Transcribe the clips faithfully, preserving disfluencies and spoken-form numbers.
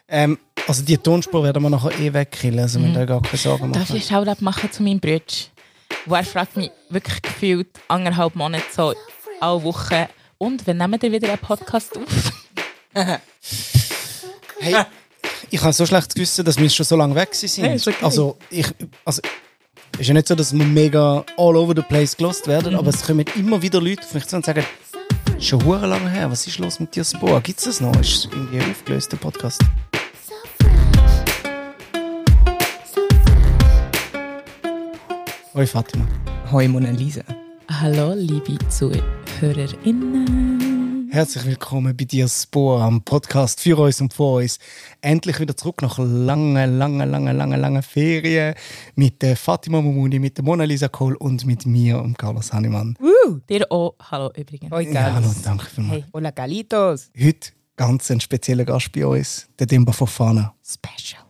Ähm, also die Tonspur werden wir nachher eh wegkillen, also wir Mhm. da gar keine Sorgen machen. Darf ich Shoutout machen zu meinem Bruder? Wo er fragt mich wirklich gefühlt anderthalb Monate so alle Wochen. Und wann nehmen wir wieder einen Podcast auf? Hey, ich habe so schlechtes Gewissen, dass wir schon so lange weg sind. Hey, ist okay. Also, ich, also, es ist ja nicht so, dass wir mega all over the place gelost werden, Mhm. aber es kommen immer wieder Leute auf mich zu und sagen, schon hure lange her, was ist los mit dir, Spoa? Gibt es das noch? Ist es irgendwie ein aufgelöster Podcast? Hoi Fatima. Hoi Mona Lisa. Hallo, liebe ZuhörerInnen. Herzlich willkommen bei dir, Spoa, am Podcast für uns und von uns. Endlich wieder zurück nach langen, langen, langen, langen, langen Ferien mit der Fatima Mumuni, mit der Mona Lisa Kohl und mit mir und Carlos Hannemann. Uh, Dir auch. Hallo übrigens. hoi Ja, hallo, Carlos. danke vielmals. Hey. Hola Galitos. Heute ganz ein spezieller Gast bei uns, der Demba Fofana. Special.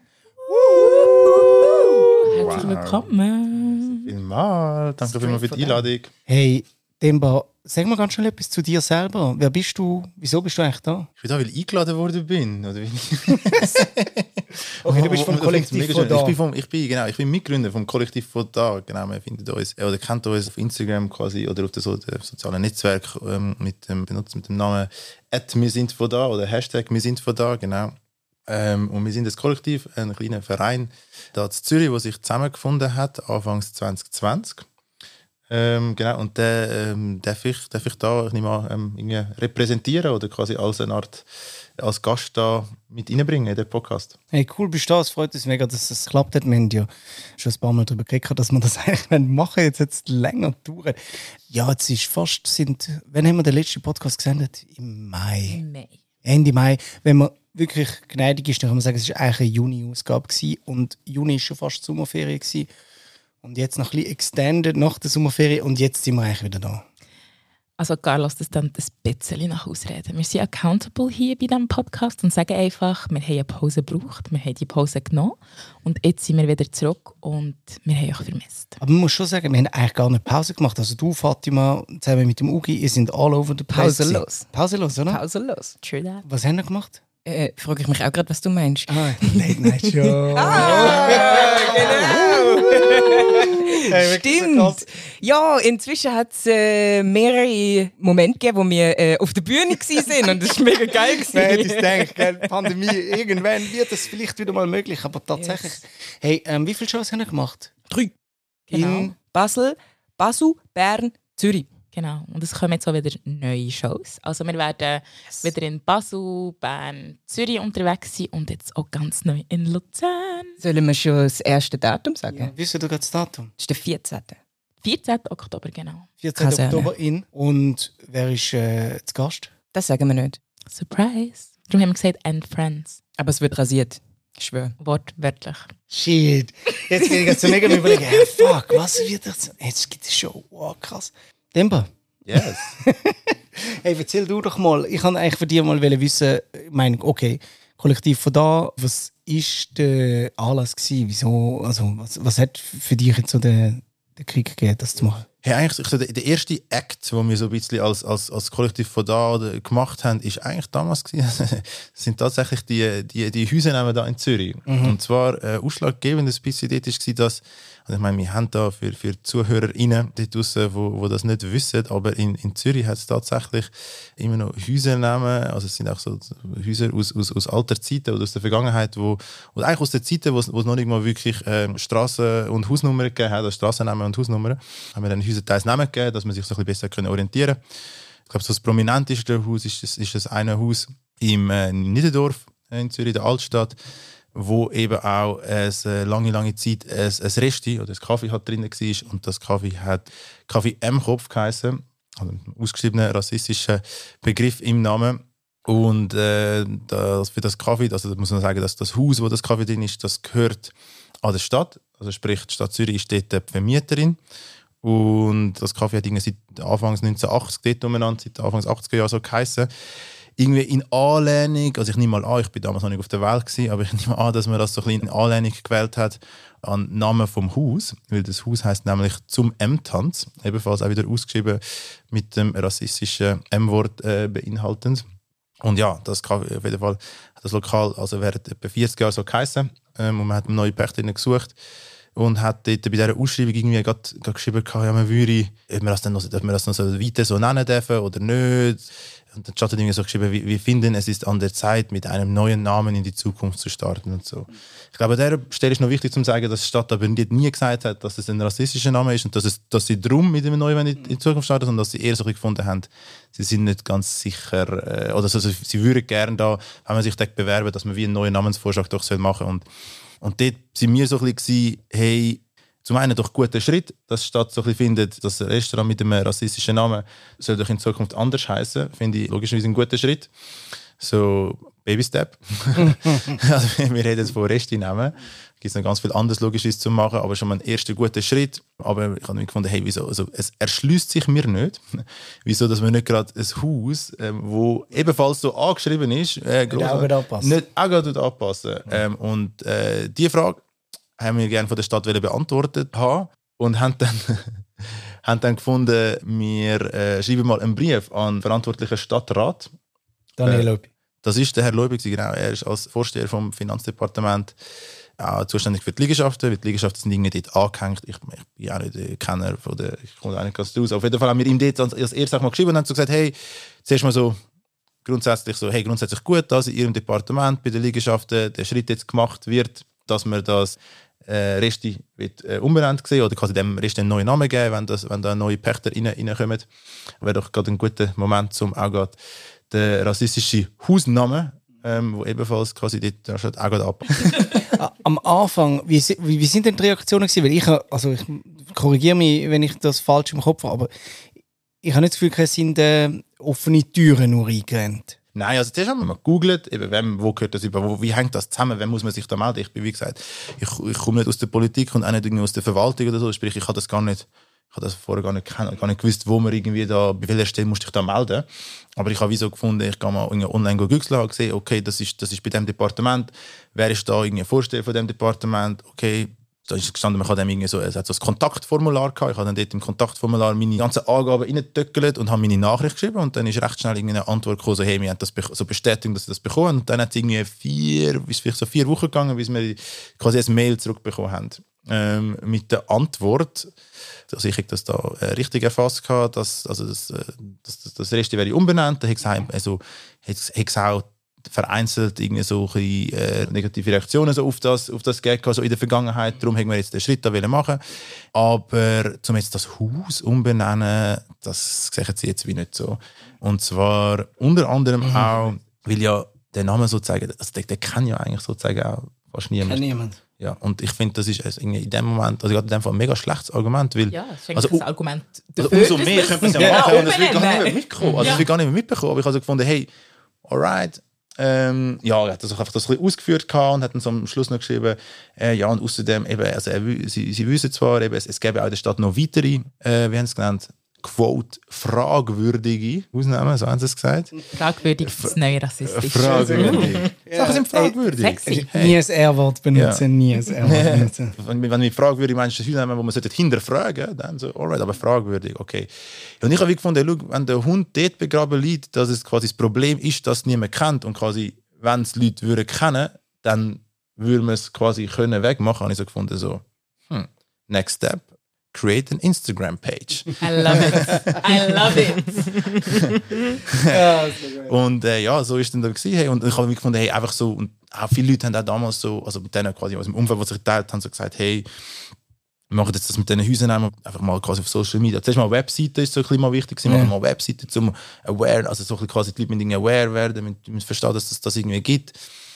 Herzlich willkommen. Vielmals. Danke vielmals für die Einladung. Hey, Demba, sag mal ganz schnell etwas zu dir selber. Wer bist du? Wieso bist du eigentlich da? Ich bin da, weil ich eingeladen worden bin. Oder wie? Okay, du bist vom Oh, Kollektiv mega von schön. da. Ich bin, vom, ich, bin, genau, ich bin Mitgründer vom Kollektiv von da. Genau, man findet uns, äh, oder kennt uns auf Instagram quasi oder auf den so, den sozialen Netzwerken ähm, mit dem benutzt mit dem Namen at wir sind von da oder Hashtag wir sind von da, genau. Ähm, und wir sind ein Kollektiv, ein kleiner Verein da in Zürich, der sich zusammengefunden hat, Anfangs zwanzig zwanzig. Ähm, genau, und den ähm, darf, ich, darf ich da, ich nehme an, ähm, irgendwie repräsentieren oder quasi als eine Art, als Gast da mit reinbringen in den Podcast. Hey, cool, bist du da. Es freut uns mega, dass es geklappt hat. Wir haben ja schon ein paar Mal darüber geredet, dass wir das eigentlich machen jetzt jetzt länger dauern. Ja, jetzt ist fast, sind, wann haben wir den letzten Podcast gesendet? Im Mai. Nein. Ende Mai. Wenn man wirklich gnädig ist, dann kann man sagen, es war eigentlich eine Juni-Ausgabe gewesen. Und Juni war schon fast Sommerferien gewesen. Und jetzt noch ein bisschen extended nach der Sommerferien und jetzt sind wir eigentlich wieder da. Also Carlos, das dann ein bisschen nach Ausreden. Wir sind accountable hier bei diesem Podcast und sagen einfach, wir haben eine Pause gebraucht, wir haben die Pause genommen und jetzt sind wir wieder zurück und wir haben euch vermisst. Aber man muss schon sagen, wir haben eigentlich gar nicht Pause gemacht. Also du, Fatima, zusammen mit dem Ugi, ihr sind all over the place. Pausenlos. Pausenlos, oder? Pausenlos. True that. Was haben wir gemacht? Äh, frage ich mich auch gerade, was du meinst. Ah, Late Night Show. Hey, wirklich so krass. Stimmt. Ja, inzwischen hat es äh, mehrere Momente gegeben, wo wir äh, auf der Bühne waren und das war mega geil. Wer hätte es gewesen. gedacht, gell? Pandemie, irgendwann wird das vielleicht wieder mal möglich, aber tatsächlich. Yes. Hey, ähm, wie viele Shows haben wir gemacht? Drei. Genau. In Basel, Basel, Bern, Zürich. Genau. Und es kommen jetzt auch wieder neue Shows. Also wir werden wieder in Basel, Bern, Zürich unterwegs sein und jetzt auch ganz neu in Luzern. Sollen wir schon das erste Datum sagen? ja, wisst ihr gerade das Datum? Das ist der vierzehnte vierzehnten Oktober, genau. vierzehnten Kaserne. Oktober in. Und wer ist äh, zu Gast? Das sagen wir nicht. Surprise. Darum haben wir gesagt, and friends. Aber es wird rasiert. Ich schwöre. Wortwörtlich. Shit. Jetzt bin ich jetzt so mega am überlegen, hey, fuck, was wird das? Jetzt gibt es schon. Wow, krass. Demba. Yes. Hey, erzähl du doch mal. Ich wollte eigentlich von dir mal wissen, ich meine, okay, Kollektiv von da, was war der Anlass gewesen? Wieso, also, was, was hat für dich jetzt so den, den Krieg gegeben, das zu machen? Hey, eigentlich so der, der erste Act, den wir so ein bisschen als, als, als Kollektiv von da oder gemacht haben, ist eigentlich damals gewesen. Das sind tatsächlich die, die, die Häuser da in Zürich. Mhm. Und zwar äh, ausschlaggebend ein bisschen dort war, dass, also ich meine, wir haben da für, für ZuhörerInnen dort draussen, wo, wo das nicht wissen, aber in, in Zürich hat es tatsächlich immer noch Häusernamen, also es sind auch so Häuser aus, aus, aus alter Zeiten oder aus der Vergangenheit, wo, oder eigentlich aus der Zeiten, wo es, wo es noch nicht mal wirklich äh, Strassen- und Hausnummern gegeben hat, also Strassennamen und Hausnummern, haben wir dann Häuser teils Namen gegeben, dass man sich so ein bisschen besser orientieren kann. Ich glaube, so das prominenteste Haus ist das, ist das eine Haus im äh, Niederdorf in Zürich, der Altstadt, wo eben auch eine äh, lange, lange Zeit ein, ein Resti oder ein Kaffee hat drin war. Und das Kaffee hat Kaffee M-Kopf geheißen, also ein ausgeschriebener rassistischer Begriff im Namen. Und äh, das, für das Kaffee, also da muss man sagen, dass das Haus, wo das Kaffee drin ist, das gehört an der Stadt. Also sprich, die Stadt Zürich ist dort die Vermieterin. Und das Kaffee hat irgendwie seit Anfangs neunzehnhundertachtzig dort umeinander, seit Anfangs achtziger Jahre so geheißen. Irgendwie in Anlehnung, also ich nehme mal an, ich bin damals noch nicht auf der Welt gewesen, aber ich nehme an, dass man das so ein bisschen in Anlehnung gewählt hat an den Namen vom Haus, weil das Haus heisst nämlich «Zum M-Tanz», ebenfalls auch wieder ausgeschrieben mit dem rassistischen M-Wort äh, beinhaltend. Und ja, das kann auf jeden Fall das Lokal, also während etwa vierzig Jahren so geheissen. Ähm, und man hat eine neue Pächterin gesucht und hat dort bei dieser Ausschreibung irgendwie gerade, gerade geschrieben, ja, man würde, ob wir das dann noch, ob wir das noch so weiter so nennen dürfen oder nicht. Und dann hat er irgendwie so geschrieben, wir, wir finden, es ist an der Zeit, mit einem neuen Namen in die Zukunft zu starten und so. Ich glaube, an dieser Stelle ist noch wichtig zu sagen, dass die Stadt aber nie gesagt hat, dass es ein rassistischer Name ist und dass, es, dass sie drum mit einem neuen in die Zukunft starten, sondern dass sie eher so gefunden haben, sie sind nicht ganz sicher, äh, oder also, sie würden gerne da, wenn man sich dort bewerben, dass man wie einen neuen Namensvorschlag doch machen soll. Und, und dort waren wir so ein bisschen, hey, zum einen doch guter Schritt, dass die Stadt so ein bisschen findet, dass ein Restaurant mit einem rassistischen Namen soll doch in Zukunft anders heißen. Finde ich logischerweise ein guter Schritt. So, Baby Step. Also, wir reden jetzt von Resti-Namen. Es gibt noch ganz viel anderes Logisches zu machen, aber schon mal ein erster guter Schritt. Aber ich habe mich gefunden, hey, wieso? Also, es erschließt sich mir nicht, wieso, dass man nicht gerade ein Haus, ähm, wo ebenfalls so angeschrieben ist, äh, nicht auch gerade anpassen. Nicht auch gerade anpassen. Mhm. Ähm, und äh, diese Frage haben wir gerne von der Stadt beantwortet haben und haben dann, haben dann gefunden, wir äh, schreiben mal einen Brief an den verantwortlichen Stadtrat. Daniel Leupi. Äh, das ist der Herr Leupi, genau. Er ist als Vorsteher vom Finanzdepartement auch zuständig für die Liegenschaften, weil die Liegenschaften sind irgendwie dort angehängt. Ich, ich bin auch nicht der Kenner von der, ich komme auch nicht ganz raus. Auf jeden Fall haben wir ihm dort als erstes mal geschrieben und haben so gesagt, hey, zuerst mal so grundsätzlich so, hey, grundsätzlich gut, dass in Ihrem Departement bei den Liegenschaften der Schritt jetzt gemacht wird, dass man das Äh, Resti wird äh, umbenannt gesehen oder kann dem Resti einen neuen Namen geben, wenn, das, wenn da neue Pächter rein, reinkommen. Wäre doch gerade ein guter Moment, um auch gerade den rassistischen Hausnamen, ähm, wo ebenfalls quasi dort auch gerade ab. Am Anfang, wie, wie, wie sind denn die Reaktionen gewesen? Weil ich, also ich korrigiere mich, wenn ich das falsch im Kopf habe, aber ich habe nicht das Gefühl, es sind äh, offene Türen nur eingerannt. Nein, also zuerst haben wir mal gegoogelt, eben, wem, wo gehört das über, wo, wie hängt das zusammen, wem muss man sich da melden? Ich bin, wie gesagt, ich, ich komme nicht aus der Politik und auch nicht irgendwie aus der Verwaltung oder so, sprich, ich habe das gar nicht, ich habe das vorher gar nicht, gar nicht gewusst, wo man irgendwie da, bei welcher Stelle musste ich da melden. Aber ich habe wie so gefunden, ich gehe mal irgendwie online googeln und gesehen, okay, das ist, das ist bei diesem Departement, wer ist da irgendwie Vorsteher von diesem Departement, okay, da ist gestanden, man hat irgendwie so, es hat so ein Kontaktformular gehabt. Ich habe dann dort im Kontaktformular meine ganzen Angaben reingetöckelt und habe meine Nachricht geschrieben. Und dann ist recht schnell irgendwie eine Antwort gekommen, so, hey, wir haben das so Bestätigung, dass sie das bekommen. Und dann hat es irgendwie vier, ist vielleicht so vier Wochen gegangen, bis wir quasi ein Mail zurückbekommen haben. Ähm, mit der Antwort, also ich habe das da äh, richtig erfasst gehabt, dass, also das, äh, das, das, das Rest wäre umbenannt. Da habe ich also, es auch vereinzelt irgendwie so ein bisschen, äh, negative Reaktionen so auf das, auf das gegeben, so in der Vergangenheit. Darum haben wir jetzt den Schritt da machen. Aber um jetzt das Haus umbenennen, das sehe ich jetzt wie nicht so. Und zwar unter anderem mhm. auch, weil ja der Name sozusagen, also der, der kann ja eigentlich sozusagen auch fast niemand. Kann niemand. Ja, und ich finde, das ist also in dem Moment, also gerade in dem Fall ein mega schlechtes Argument, weil... Ja, das ist also, das Argument dafür. Also umso mehr könnte man es ja machen ja, und es wird gar nicht mehr mitbekommen. Also ja. es wird gar nicht mehr mitbekommen, aber ich habe so gefunden, hey, alright, Ähm, ja, er hat das auch einfach das ein bisschen ausgeführt und hat dann so am Schluss noch geschrieben, äh, ja, und außerdem, eben, also, er, sie, sie wissen zwar, eben, es, es gäbe auch in der Stadt noch weitere, äh, wie haben sie es genannt, Quote, fragwürdige Ausnahmen, so haben sie es gesagt. Fragwürdig ist das neue rassistisch. Fragwürdig. Ja. Sachen sind fragwürdig. Sexy. Hey. Nie ein R-Wort benutzen, ja. nie ein R-Wort benutzen. Wenn, wenn du fragwürdig meinst, das Ausnahmen, wo man hinterfragen, dann so, alright, aber fragwürdig, okay. Und ich habe gefunden, schau, wenn der Hund dort begraben liegt, dass es quasi das Problem ist, dass es niemand kennt und quasi, wenn es Leute würden kennen, dann würde man es quasi können wegmachen. Habe ich so gefunden, so, hm, next step. Create an Instagram page. I love it. I love it. Ja, so und äh, ja, so ist es dann da gewesen. Hey, und ich habe mich gefunden, hey, einfach so, und auch viele Leute haben auch damals so, also mit denen quasi aus dem Umfeld, was sich geteilt haben, so gesagt, hey, wir machen jetzt das mit diesen Häusern einfach mal quasi auf Social Media. Zuerst mal Webseiten ist so ein bisschen mal wichtig, wir machen mal Webseiten zum aware, also so ein bisschen quasi die Leute mit Dingen aware werden, mit verstehen, dass es das irgendwie gibt.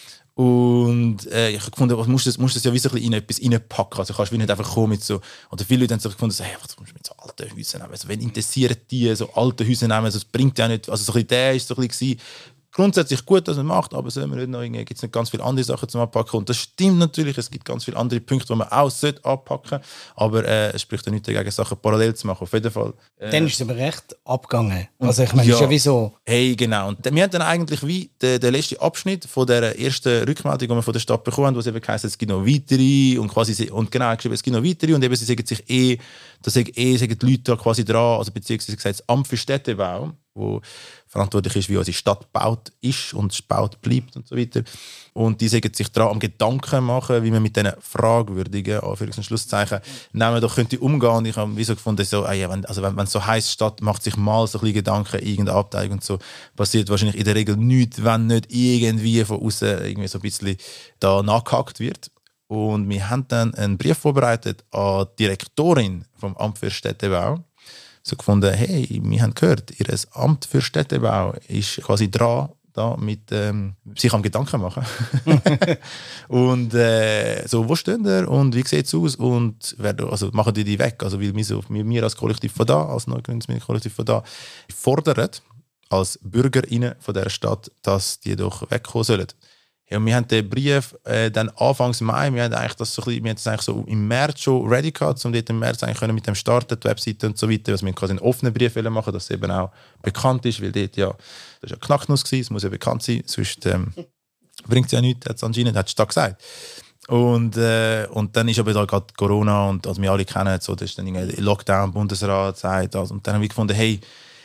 Und äh, ich habe gefunden, du musst das, musst das ja wie so ein bisschen in etwas reinpacken. Also kannst du nicht einfach kommen mit so, oder viele Leute haben sich gefunden, so, hey, was musst du mit so alten Häusern nehmen? Also, wenn interessieren die so alte Häuser nehmen, also, das bringt ja nicht, also so ein bisschen der ist so ein bisschen grundsätzlich gut, dass man macht, aber sollen wir nicht noch, gibt es nicht ganz viele andere Sachen zum Anpacken. Und das stimmt natürlich, es gibt ganz viele andere Punkte, die man auch anpacken sollte, aber äh, es spricht ja nicht dagegen, Sachen parallel zu machen, auf jeden Fall. Äh, dann ist es aber recht abgegangen. Also ich meine, ja. ist ja wie so... Hey, genau. Und wir haben dann eigentlich wie den, den letzten Abschnitt von der ersten Rückmeldung, die wir von der Stadt bekommen haben, wo es eben heisst, es gibt noch weitere und quasi, und genau, geschrieben, es gibt noch weitere und eben sie sagen sich eh, da sagen eh, sagen die Leute da quasi dran, also beziehungsweise gesagt, das Amt für Städtebau wo verantwortlich ist, wie unsere Stadt gebaut ist und gebaut bleibt und so weiter. Und die sagen sich daran am Gedanken machen, wie man mit diesen fragwürdigen, Anführungs- und Schlusszeichen, nehmen doch könnte umgehen. Und ich habe wie so gefunden, so, ah ja, wenn, also wenn, wenn es so heisst, die Stadt macht sich mal so ein bisschen Gedanken, irgendeine Abteilung und so, passiert wahrscheinlich in der Regel nichts, wenn nicht irgendwie von außen irgendwie so ein bisschen da nachgehakt wird. Und wir haben dann einen Brief vorbereitet an die Direktorin vom Amt für Städtebau. So gefunden, hey, wir haben gehört, ihr Amt für Städtebau ist quasi dran, da mit ähm, sich am Gedanken machen. Und äh, so, wo stehen ihr und wie sieht es aus und wer, also, machen die die weg? Also, weil wir, so, wir als Kollektiv von da, als Neugründungsmitglied Kollektiv von da, fordern als BürgerInnen von dieser Stadt, dass die doch wegkommen sollen. Ja, und wir haben den Brief äh, dann Anfangs Mai, wir haben, eigentlich das so ein bisschen, wir haben das eigentlich so im März schon ready gehabt, um dort im März eigentlich können mit dem starten, die Webseite und so weiter, also wir quasi einen offenen Brief machen, dass es eben auch bekannt ist, weil dort ja, das war ja Knacknuss gewesen, es muss ja bekannt sein, sonst ähm, bringt es ja nichts, hat es anscheinend, hat es da gesagt. Und, äh, und dann ist aber da gerade Corona und also wir alle kennen so, das ist dann irgendwie Lockdown, Bundesrat, sagt also, und dann haben wir gefunden, hey,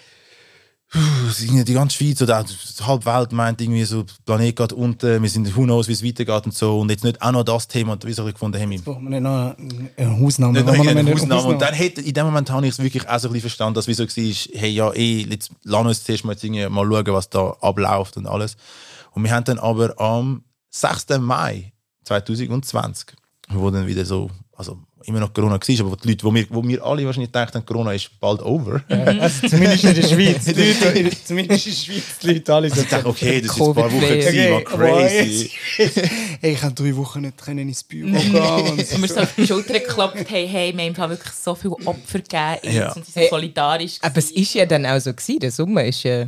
die ganze Schweiz oder auch die halbe Welt meint irgendwie so, der Planet geht unten, wir sind who knows, wie es weitergeht und so. Und jetzt nicht auch noch das Thema, und wie soll ich gefunden haben. Jetzt brauchen wir nicht noch einen Hausnamen. Nicht noch einen einen Hausnamen. Hausnamen. Und dann hätte, in dem Moment habe ich es wirklich auch so ein bisschen verstanden, dass es so war, hey, ja, eh, jetzt lass uns zuerst mal, jetzt irgendwie mal schauen, was da abläuft und alles. Und wir haben dann aber am sechsten Mai zweitausendzwanzig, wo dann wieder so, also immer noch Corona war, aber die Leute, wo wir, wo wir alle wahrscheinlich dachten, Corona ist bald over. Ja, also zumindest in der Schweiz. Die Leute, zumindest in der Schweiz, die Leute alle so. Ich dachte, okay, das ist ein paar Wochen, gewesen, war crazy. Hey, ich konnte drei Wochen nicht können ins Büro gehen. Und Und wir so auf die Schulter geklopft haben, hey, wir haben wirklich so viele Opfer gegeben Ja. und sie sind solidarisch. Aber es war ja dann auch so gewesen, der Sommer ist ja...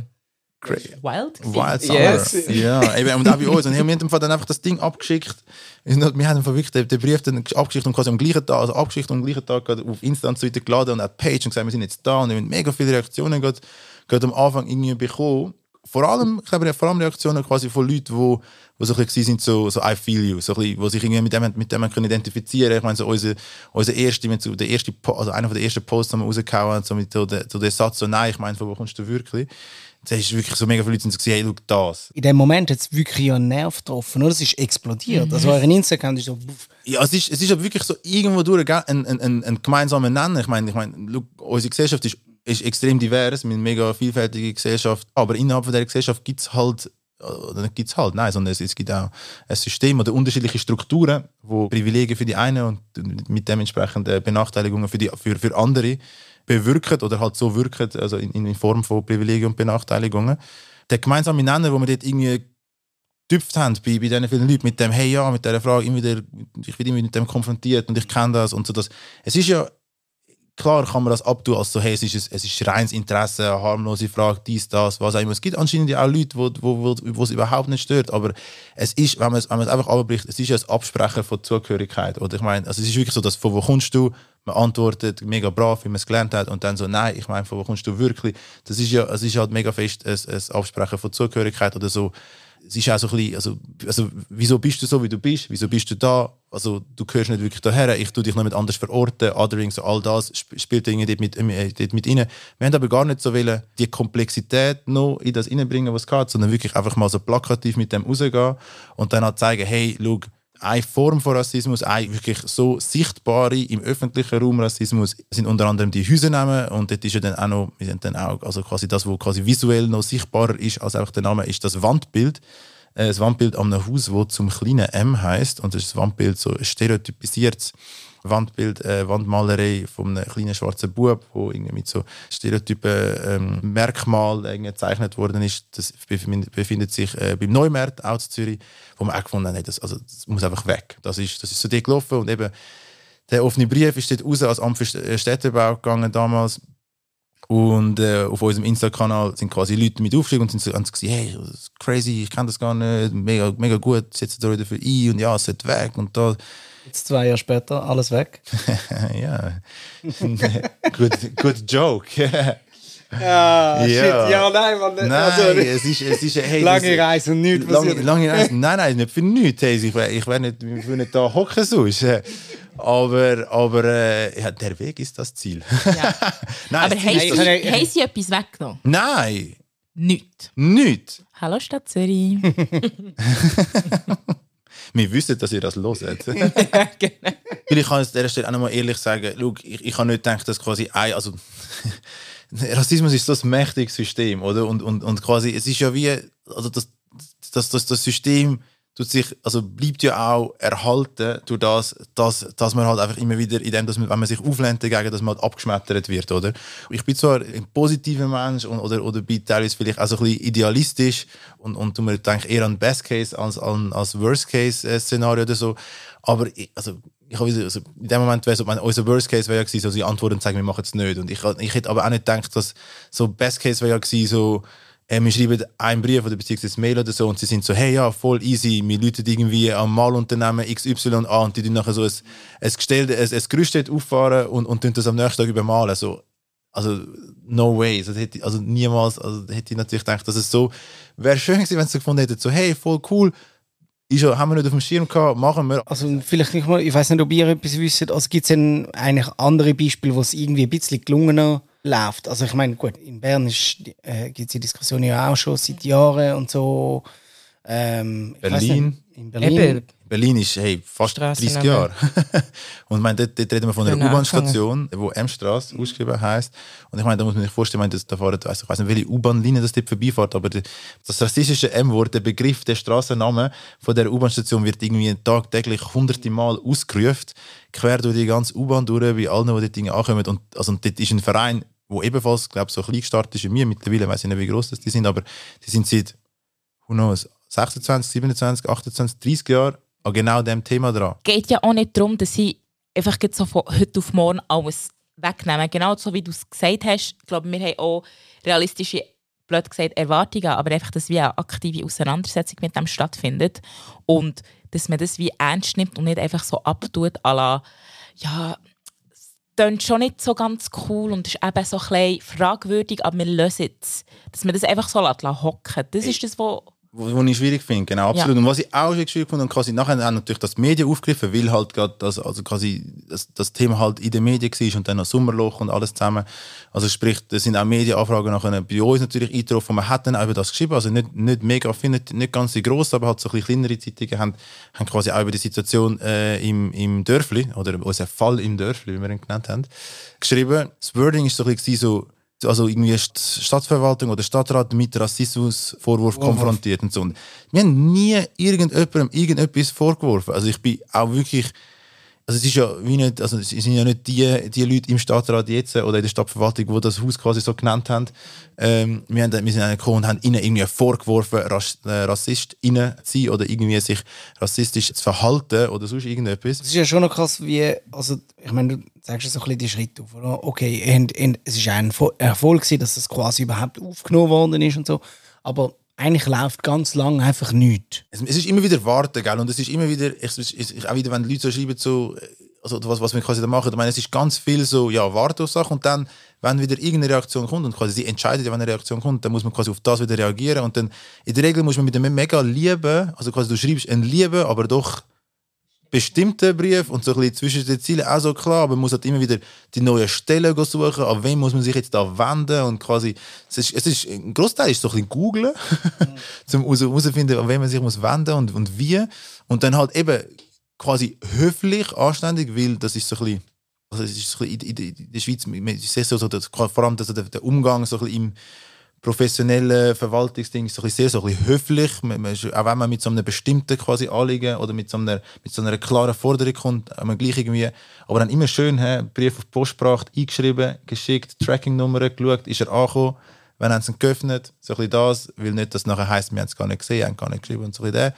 Wild gewesen. Wild Summer. Yes. Ja, eben, und auch bei uns. Und wir haben dann einfach das Ding abgeschickt. Wir haben einfach wirklich den, den Brief dann abgeschickt und quasi am gleichen Tag, also abgeschickt und am gleichen Tag auf Insta und so weiter geladen und auch die Page und gesagt, wir sind jetzt da und wir haben mega viele Reaktionen gerade, gerade am Anfang irgendwie bekommen. Vor allem, ich glaube, vor allem Reaktionen quasi von Leuten, die, die so ein bisschen sind, so, so I feel you, so ein bisschen, die sich irgendwie mit dem, mit dem können identifizieren. Ich meine, so unser, unser erste, der erste, also einer der ersten Posts, die wir rausgehauen haben, so mit so der, so der Satz, so, nein, ich meine, von wo kommst du wirklich? Da ist wirklich so mega viele Leute, die gesagt haben, hey, schau das. in dem Moment hat es wirklich einen Nerv getroffen, oder? Es ist explodiert. Mhm. Also euren Instagram ist so... Ja, es ist, es ist aber wirklich so irgendwo durch ein, ein, ein, ein gemeinsamer Nenner. Ich meine, ich meine, schau, unsere Gesellschaft ist, ist extrem divers, wir sind eine mega vielfältige Gesellschaft, aber innerhalb von dieser Gesellschaft gibt es halt, oder nicht gibt es halt, nein, sondern es, es gibt auch ein System oder unterschiedliche Strukturen, wo Privilegien für die einen und mit dementsprechend Benachteiligungen für, die, für, für andere bewirken oder halt so wirken, also in, in Form von Privilegien und Benachteiligungen. Der gemeinsame Nenner, wo wir dort irgendwie getüpft haben bei, bei diesen vielen Leuten, mit dem, hey ja, mit dieser Frage, immer wieder, ich bin immer mit dem konfrontiert und ich kenne das und so. Das. Es ist ja, klar kann man das abtun, als so, hey, es ist, es ist reines Interesse, eine harmlose Frage, dies, das, was auch immer. Es gibt anscheinend ja auch Leute, wo, wo, wo, wo es überhaupt nicht stört, aber es ist, wenn man es, wenn man es einfach abbricht, es ist ja das Absprechen von Zugehörigkeit. Oder ich meine, also es ist wirklich so, dass von wo kommst du, man antwortet mega brav, wie man es gelernt hat, und dann so, nein, ich meine, von wo kommst du wirklich? Das ist ja, es ist halt mega fest ein, ein Absprechen von Zugehörigkeit oder so. Es ist auch so ein bisschen, also, also, wieso bist du so, wie du bist? Wieso bist du da? Also, du gehörst nicht wirklich daher. Ich tue dich noch mit anders verorten. Othering, so all das spielt irgendwie dort mit, äh, dort mit rein. Wir haben aber gar nicht so wollen, die Komplexität noch in das reinbringen, was es geht, sondern wirklich einfach mal so plakativ mit dem rausgehen und dann halt zeigen, hey, schau, eine Form von Rassismus, eine wirklich so sichtbare im öffentlichen Raum Rassismus, sind unter anderem die Häusernamen, und dort ist ja dann auch noch, wir sind dann auch, also quasi das, was quasi visuell noch sichtbarer ist als einfach der Name, ist das Wandbild. Das Wandbild an einem Haus, das zum kleinen M heisst, und das ist das Wandbild so ein stereotypisiertes Wandbild, äh, Wandmalerei von einem kleinen schwarzen Bub, wo irgendwie mit so Stereotypen ähm, Merkmalen gezeichnet worden ist. Das befindet sich äh, beim Neumarkt, auch in Zürich, wo man auch gefunden hat, nee, das, also, das muss einfach weg. Das ist, das ist so dort gelaufen, und eben der offene Brief ist dort raus als Amt für Städtebau gegangen damals. Und äh, auf unserem Insta-Kanal sind quasi Leute mit aufgestiegen und sind so, gesagt, hey, das ist crazy, ich kenne das gar nicht, mega, mega gut, setzt euch dafür ein und ja, es sollte weg und da. Jetzt zwei Jahre später, alles weg. Ja, good, good joke. Ja, shit. Ja. Ja, nein, man. Nein, Also, es ist, es ist hey, lange das, Reise und nichts lange, passiert. lange Reise, nein, nein, nicht für nichts. Hey, ich wäre ich wär nicht, ich will nicht da hocken sonst. Aber, aber äh, ja, der Weg ist das Ziel. Ja. Nein, Aber das haben Ziel ist sie, das- haben sie etwas weggenommen? Nein, Nichts. nichts. Hallo Stadt Zürich. Wir wissen, dass ihr das hört. Genau. Weil ich kann jetzt an dieser Stelle auch noch mal ehrlich sagen, schau, ich, ich habe nicht gedacht, dass quasi ein, also Rassismus ist so ein mächtiges System, oder? Und, und, und quasi, es ist ja wie, also das, das, das, das System tut sich, also bleibt ja auch erhalten durch das, dass, dass man halt einfach immer wieder in dem, dass man, wenn man sich auflehnt dagegen, dass man halt abgeschmettert wird, oder? Ich bin zwar ein positiver Mensch und, oder, oder bin teilweise vielleicht auch so ein bisschen idealistisch und, und tu mir denke eher an Best Case als an als Worst Case Szenario oder so, aber ich, also ich habe also in dem Moment wäre so, mein, unser Worst Case wäre ja gewesen, so sie antworten und sagen, wir machen es nicht, und ich, ich hätte aber auch nicht gedacht, dass so Best Case wäre ja gewesen, so Äh, wir schreiben einen Brief oder beziehungsweise Mail oder so und sie sind so, hey, ja, voll easy, wir läuten irgendwie am Malunternehmen X Y an und die tun nachher so ein, ein, Gestell, ein, ein Gerüst auffahren und, und tun das am nächsten Tag übermalen. So, also, no way. Also, hätte, also niemals, also hätte ich natürlich gedacht, dass es so, wäre schön gewesen, wenn sie gefunden hätten, so, hey, voll cool, ist ja, haben wir nicht auf dem Schirm gehabt, machen wir. Also vielleicht nicht mal, ich weiß nicht, ob ihr etwas wisst, also gibt es denn eigentlich andere Beispiele, wo es irgendwie ein bisschen gelungener läuft? Also ich meine, gut, in Bern äh, gibt es die Diskussion ja auch schon seit Jahren und so. Ähm, ich weiss Berlin. nicht, in Berlin. Eben. Berlin ist hey, fast Strassennamen. dreißig Jahre. Und ich meine, dort, dort reden wir von einer Genau, U-Bahn-Station, die M-Straße ausgeschrieben heisst. Und ich meine, da muss man sich vorstellen, ich meine, da fahren, also ich weiß nicht, welche U-Bahn-Linie das dort vorbeifährt, aber die, das rassistische M-Wort, der Begriff, der Strassenname von der U-Bahn-Station wird irgendwie tagtäglich hunderte Mal ausgerufen, quer durch die ganze U-Bahn durch, bei allen, die dort Dinge ankommen. Und, also, und dort ist ein Verein, der ebenfalls, glaube ich, so klein gestartet ist wie mir. Mittlerweile weiß ich nicht, wie groß das die sind, aber die sind seit, who knows, sechsundzwanzig, siebenundzwanzig, achtundzwanzig, dreißig Jahren an genau diesem Thema dran. Es geht ja auch nicht darum, dass sie einfach so von heute auf morgen alles wegnehmen. Genau so wie du es gesagt hast. Ich glaube, wir haben auch realistische, blöd gesagt, Erwartungen, aber einfach, dass wie eine aktive Auseinandersetzung mit dem stattfindet und dass man das wie ernst nimmt und nicht einfach so abtut, à la, ja, es klingt schon nicht so ganz cool und ist eben so ein bisschen fragwürdig, aber wir lösen es. Dass man das einfach so hocken lässt. Das ist das, was... Wo, wo ich schwierig finde, genau, absolut. Ja. Und was ich auch schwierig finde, und quasi nachher haben natürlich das Medien aufgegriffen, weil halt gerade das, also quasi das, das Thema halt in den Medien war und dann noch Sommerloch und alles zusammen. Also sprich, da sind auch Medienanfragen nachher bei uns natürlich eingetroffen. Man hat dann auch über das geschrieben, also nicht, nicht mega, nicht, nicht ganz so gross, aber halt so ein bisschen kleinere Zeitungen haben, haben quasi auch über die Situation äh, im, im Dörfli, oder unseren Fall im Dörfli, wie wir ihn genannt haben, geschrieben. Das Wording ist so ein bisschen so, also irgendwie Stadtverwaltung oder Stadtrat mit Rassismusvorwurf Vorwurf. konfrontiert und so. Und wir haben nie irgendjemandem irgendetwas vorgeworfen. Also ich bin auch wirklich, also es ist ja wie nicht, also es sind ja nicht die, die Leute im Stadtrat jetzt oder in der Stadtverwaltung, die das Haus quasi so genannt haben. Ähm, wir, haben, wir sind gekommen und haben ihnen irgendwie vorgeworfen, Rass, äh, RassistInnen zu sein oder irgendwie sich rassistisch zu verhalten oder sonst irgendetwas. Es ist ja schon noch krass, wie, also ich meine, du sagst ja so ein bisschen die Schritte auf, oder? Okay, und, und es ist ein Erfol- Erfolg gewesen, dass das quasi überhaupt aufgenommen worden ist und so, aber eigentlich läuft ganz lang einfach nichts. Es, es ist immer wieder warten, gell? Und es ist immer wieder, ich, ich, ich, auch wieder, wenn die Leute so schreiben, so, also was, was wir quasi da machen, ich meine, es ist ganz viel so, ja, warten auf Sachen und dann, wenn wieder irgendeine Reaktion kommt und quasi sie entscheidet, wenn eine Reaktion kommt, dann muss man quasi auf das wieder reagieren und dann, in der Regel muss man mit einem mega lieben, also quasi du schreibst einen lieben, aber doch bestimmten Brief und so ein bisschen zwischen den Zielen auch so klar, aber man muss halt immer wieder die neuen Stellen suchen, an wen muss man sich jetzt da wenden und quasi, es ist, es ist ein Großteil ist so ein bisschen googlen, um herauszufinden, an wen man sich muss wenden und, und wie und dann halt eben quasi höflich, anständig, weil das ist so ein bisschen, also es ist so ein bisschen in, in, in der Schweiz, ich sehe so, so das, vor allem das, der, der Umgang so ein bisschen im professionelle Verwaltungsding ist so ein bisschen sehr so ein bisschen höflich, man, man, auch wenn man mit so einem bestimmten quasi Anliegen oder mit so einer, mit so einer klaren Forderung kommt, man gleich irgendwie, aber dann immer schön, he, Brief auf die Post gebracht, eingeschrieben, geschickt, Tracking-Nummer geschaut, ist er angekommen, wann haben sie ihn geöffnet, so ein bisschen das, weil nicht, dass es nachher heisst, wir haben es gar nicht gesehen, haben gar nicht geschrieben und so ein bisschen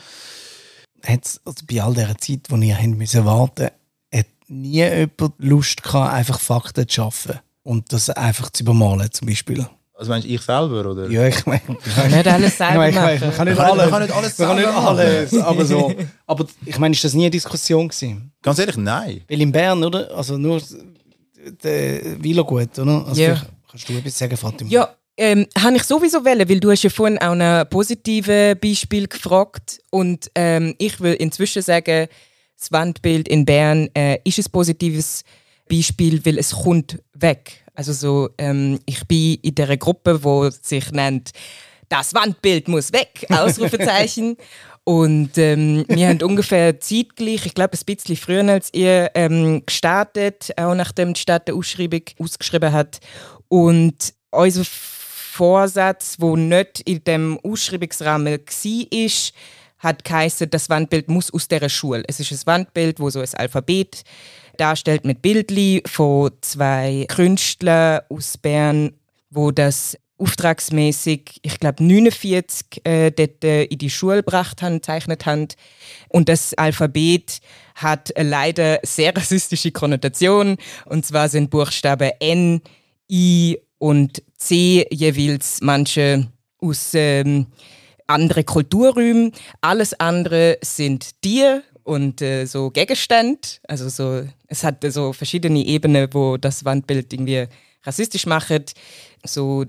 das. Hat's, also bei all dieser Zeit, die ihr habt müssen warten, hat nie jemand Lust gehabt, einfach Fakten zu schaffen und das einfach zu übermalen zum Beispiel. Also meinst du ich selber, oder? Ja, ich meine, Nicht alles selber ich meine, man machen. kann nicht Man kann alles, nicht- man kann nicht alles man kann nicht selber machen. alles, aber so. Aber ich meine, ist das nie eine Diskussion gewesen? Ganz ehrlich, nein. Weil in Bern, oder? Also nur der Wielergut, oder? Also Ja. vielleicht Kannst du etwas sagen, Fatima? Ja, ähm, habe ich sowieso wollen, weil du hast ja vorhin auch ein positives Beispiel gefragt und ähm, ich will inzwischen sagen, das Wandbild in Bern äh, ist ein positives Beispiel, weil es kommt weg. Also so, ähm, ich bin in der Gruppe, die sich nennt «Das Wandbild muss weg!» Ausrufezeichen. Und ähm, wir haben ungefähr zeitgleich, ich glaube ein bisschen früher als ihr, ähm, gestartet, auch nachdem die Stadt eine Ausschreibung ausgeschrieben hat. Und unser Vorsatz, der nicht in dem Ausschreibungsrahmen war, hat geheißen, das Wandbild muss aus dieser Schule. Es ist ein Wandbild, wo so ein Alphabet darstellt mit Bildli von zwei Künstlern aus Bern, wo das auftragsmäßig, ich glaube neunundvierzig, äh, dort äh, in die Schule gebracht haben, gezeichnet haben. Und das Alphabet hat äh, leider sehr rassistische Konnotationen. Und zwar sind Buchstaben N, I und C jeweils manche aus ähm, anderen Kulturräumen. Alles andere sind Tiere und äh, so Gegenstände. Also so, es hat äh, so verschiedene Ebenen, wo das Wandbild irgendwie rassistisch macht. So,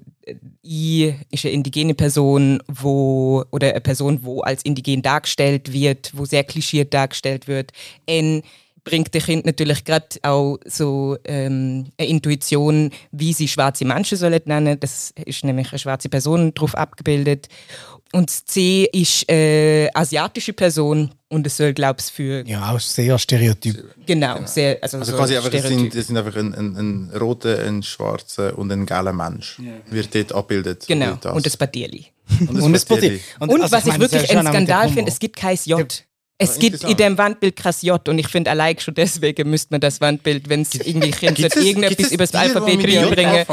I ist eine indigene Person, wo, oder eine Person, wo als indigen dargestellt wird, wo sehr klischiert dargestellt wird. N bringt dem Kind natürlich gerade auch so ähm, eine Intuition, wie sie schwarze Menschen sollen nennen. Das ist nämlich eine schwarze Person drauf abgebildet. Und C ist eine asiatische Person und es soll, glaube ich, für... Ja, auch sehr stereotyp. Genau, genau. Sehr, also, also so quasi einfach, es sind, es sind einfach ein, ein, ein roter, ein schwarzer und ein gelber Mensch. Ja. Wird dort abgebildet. Genau, das. Und das Badierli. Und das Badierli. Und, und also, was ich, ich wirklich ein Skandal finde, es gibt kein J. Ja. Es gibt in dem Wandbild kein J und ich finde, allein schon deswegen müsste man das Wandbild, wenn es irgendwie Kinder irgendetwas über das Alphabet reinbringen.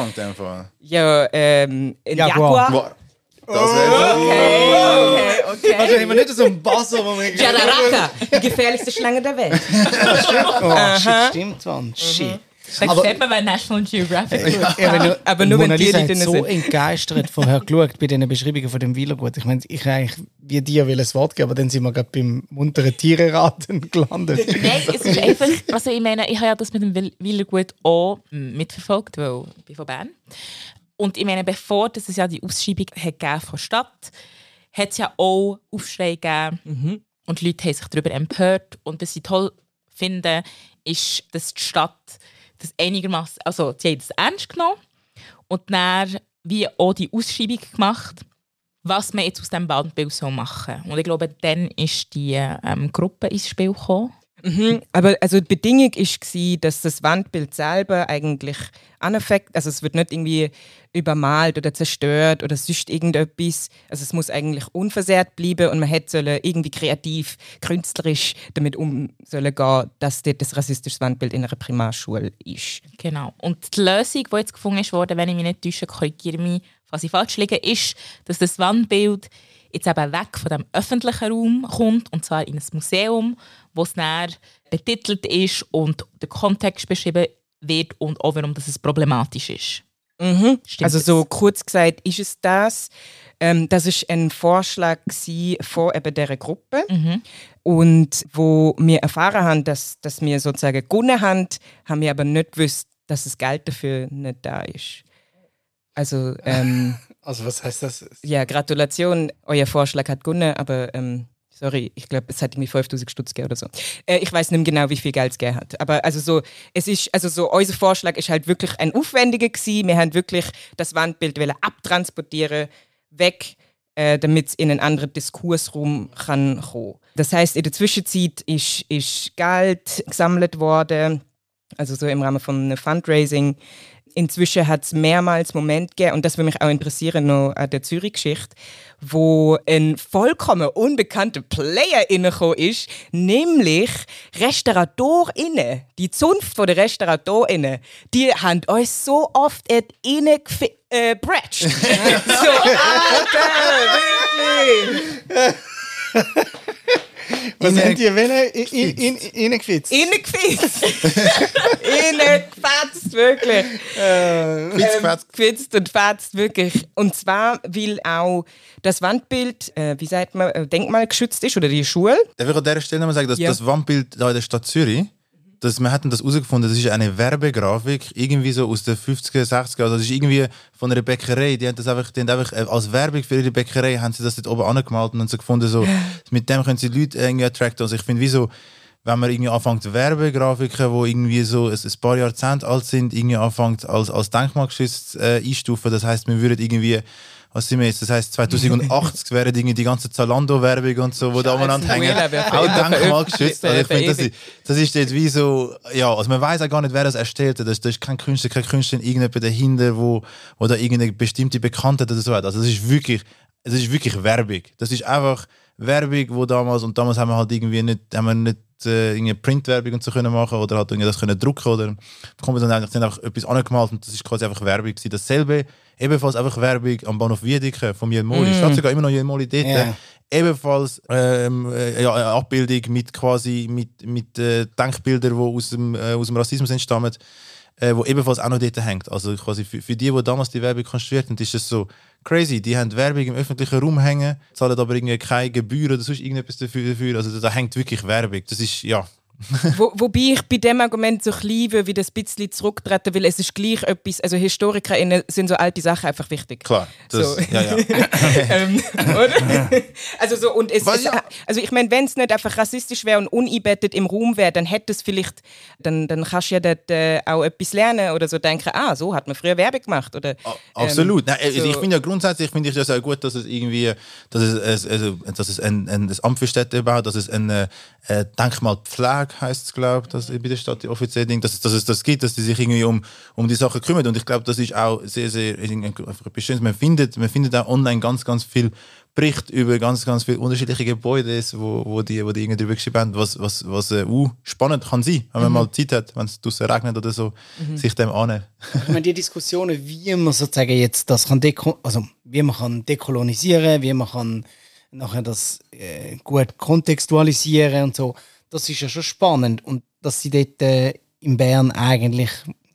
Ja, ähm, ein Jaguar. Jaguar. Das wäre okay, okay, okay. Also haben wir nicht so einen Buzzer, wo wir... Jararaca, die gefährlichste Schlange der Welt. Oh, shit, stimmt, Mann. Shit. Da sieht man bei National Geographic. Ja, ja, aber nur wenn die drin so sind. Entgeistert vorher geschaut bei diesen Beschreibungen von dem Wielergut. Ich meine, ich eigentlich wie dir will ein Wort geben, aber dann sind wir gerade beim munteren Tiereraten gelandet. Nein, es ist einfach, also ich meine, ich habe ja das mit dem Wielergut auch mitverfolgt, weil ich bin von Bern. Und ich meine, bevor es ja die Ausschreibung hat von der Stadt, hat es ja auch Aufschrei gegeben. Mhm. Und die Leute haben sich darüber empört. Und was ich toll finde, ist, dass die Stadt das einigermaßen, also sie haben das ernst genommen und dann wie auch die Ausschreibung gemacht, was man jetzt aus diesem Wandbild so machen soll. Und ich glaube, dann ist die ähm, Gruppe ins Spiel gekommen. Mhm, aber also die Bedingung war, dass das Wandbild selber eigentlich unaffekt, also es wird nicht irgendwie übermalt oder zerstört oder sonst irgendetwas. Also es muss eigentlich unversehrt bleiben und man hätte irgendwie kreativ, künstlerisch damit um sollen gehen, dass dort das rassistische Wandbild in einer Primarschule ist. Genau. Und die Lösung, die jetzt gefunden wurde, wenn ich mich nicht täusche, korrigiere mich, falls ich falsch liege, ist, dass das Wandbild jetzt eben weg von dem öffentlichen Raum kommt, und zwar in ein Museum, wo es dann betitelt ist und der Kontext beschrieben wird und auch warum das es problematisch ist. Mhm. Also so kurz gesagt ist es das. Ähm, das war ein Vorschlag von eben dieser Gruppe. Mhm. Und wo wir erfahren haben, dass, dass wir sozusagen gewonnen haben, haben wir aber nicht gewusst, dass das Geld dafür nicht da ist. Also, ähm, also was heißt das? Ja, Gratulation, euer Vorschlag hat gewonnen, aber ähm, sorry, ich glaube, es hat irgendwie fünftausend Stutz gegeben oder so. Äh, ich weiß nicht mehr genau, wie viel Geld es gegeben hat. Aber also so, es ist, also so, unser Vorschlag ist halt wirklich ein aufwendiger gewesen. Wir haben wirklich das Wandbild abtransportieren, weg, äh, damit es in einen anderen Diskursraum kann kommen. Das heisst, in der Zwischenzeit ist, ist Geld gesammelt worden, also so im Rahmen von einem Fundraising. Inzwischen hat es mehrmals Momente gegeben, und das würde mich auch interessieren noch an der Zürich-Geschichte, wo ein vollkommen unbekannter Player reingekommen ist, nämlich RestauratorInnen. Die Zunft der RestauratorInnen, die haben uns so oft reingefrätscht. Äh, so, Alter, wirklich! Was haben die wenn reingefitzt? Reingefitzt! Reingefetzt, wirklich. Äh, gefitzt und fetzt, wirklich. Und zwar, weil auch das Wandbild, äh, wie sagt man, denkmalgeschützt ist, oder die Schule. Darf ich an dieser Stelle nochmal sagen, dass ja. das Wandbild da in der Stadt Zürich dass wir hatten das herausgefunden, das ist eine Werbegrafik, irgendwie so aus den fünfziger, sechziger, also das ist irgendwie von einer Bäckerei, die haben das einfach, die haben einfach als Werbung für ihre Bäckerei, haben sie das dort oben angemalt und haben so gefunden, so, mit dem können sie Leute irgendwie attracten. Also ich finde, wie so, wenn man irgendwie anfängt, Werbegrafiken, die irgendwie so ein, ein paar Jahrzehnte alt sind, irgendwie anfängt als, als denkmalgeschützt äh, einstufen, das heisst, wir würden irgendwie, was sind wir jetzt, das heisst zweitausendachtzig wären irgendwie die ganze Zalando-Werbung und so, die da umeinander hängen, auch denkmalgeschützt. Also ich finde, das ist, das ist dort wie so, ja, also man weiß auch gar nicht, wer das erstellt hat. Das, das ist kein Künstler, kein Künstler, irgendjemand dahinter, wo, wo da irgendeine bestimmte Bekanntheit oder so hat. Also das ist wirklich, das ist wirklich Werbung. Das ist einfach Werbung, wo damals, und damals haben wir halt irgendwie nicht, haben wir nicht äh, irgendwie Printwerbung und so können machen oder halt irgendwie das können drucken oder bekommen dann eigentlich einfach etwas angemalt und das ist quasi einfach Werbung gewesen. Dasselbe, ebenfalls einfach Werbung am Bahnhof Wiedeke vom Jelmoli. Mm. Steht sogar immer noch Jelmoli dort. Yeah. Ebenfalls ähm, äh, ja, eine Abbildung mit quasi mit, mit äh, Denkbildern, die aus dem, äh, aus dem Rassismus entstammen, äh, wo ebenfalls auch noch dort hängt. Also quasi für, für die, die damals die Werbung konstruiert haben, ist das so crazy. Die haben Werbung im öffentlichen Raum hängen, zahlen aber irgendwie keine Gebühren oder sonst irgendetwas dafür. dafür. Also da hängt wirklich Werbung. Das ist, ja... Wo, wobei ich bei dem Argument so liebe, wie das ein bisschen zurücktreten, weil es ist gleich etwas, also HistorikerInnen sind so alte Sachen einfach wichtig. Klar, das, so. ja, ja. ähm, oder? Also so, und es, es ja. also ich meine, wenn es nicht einfach rassistisch wäre und uneinbettet im Raum wäre, dann hätte es vielleicht, dann, dann kannst du ja dort äh, auch etwas lernen oder so denken, ah, so hat man früher Werbung gemacht. Oder, ähm, Absolut. Nein, also so. Ich finde ja grundsätzlich finde ich das auch gut, dass es irgendwie, dass es, also, dass es ein, ein, ein Amt für Städte baut, dass es eine äh, Denkmalpflege heisst es, glaube ich, dass bei der Stadt die offizielle Ding, dass, dass es das gibt, dass die sich irgendwie um, um die Sachen kümmern. Und ich glaube, das ist auch sehr, sehr einfach etwas Schönes. Man findet, man findet auch online ganz, ganz viel Berichte über ganz, ganz viele unterschiedliche Gebäude, wo, wo die, wo die irgendwie drüber geschrieben haben, was, was, was äh, uh, spannend kann sein, wenn man mhm. mal Zeit hat, wenn es draussen regnet oder so, mhm. sich dem annehmen. Ich meine, die Diskussionen, wie man sozusagen jetzt das kann, deko- also wie man kann dekolonisieren, wie man kann nachher das äh, gut kontextualisieren und so, das ist ja schon spannend. Und dass sie dort äh, in Bern eigentlich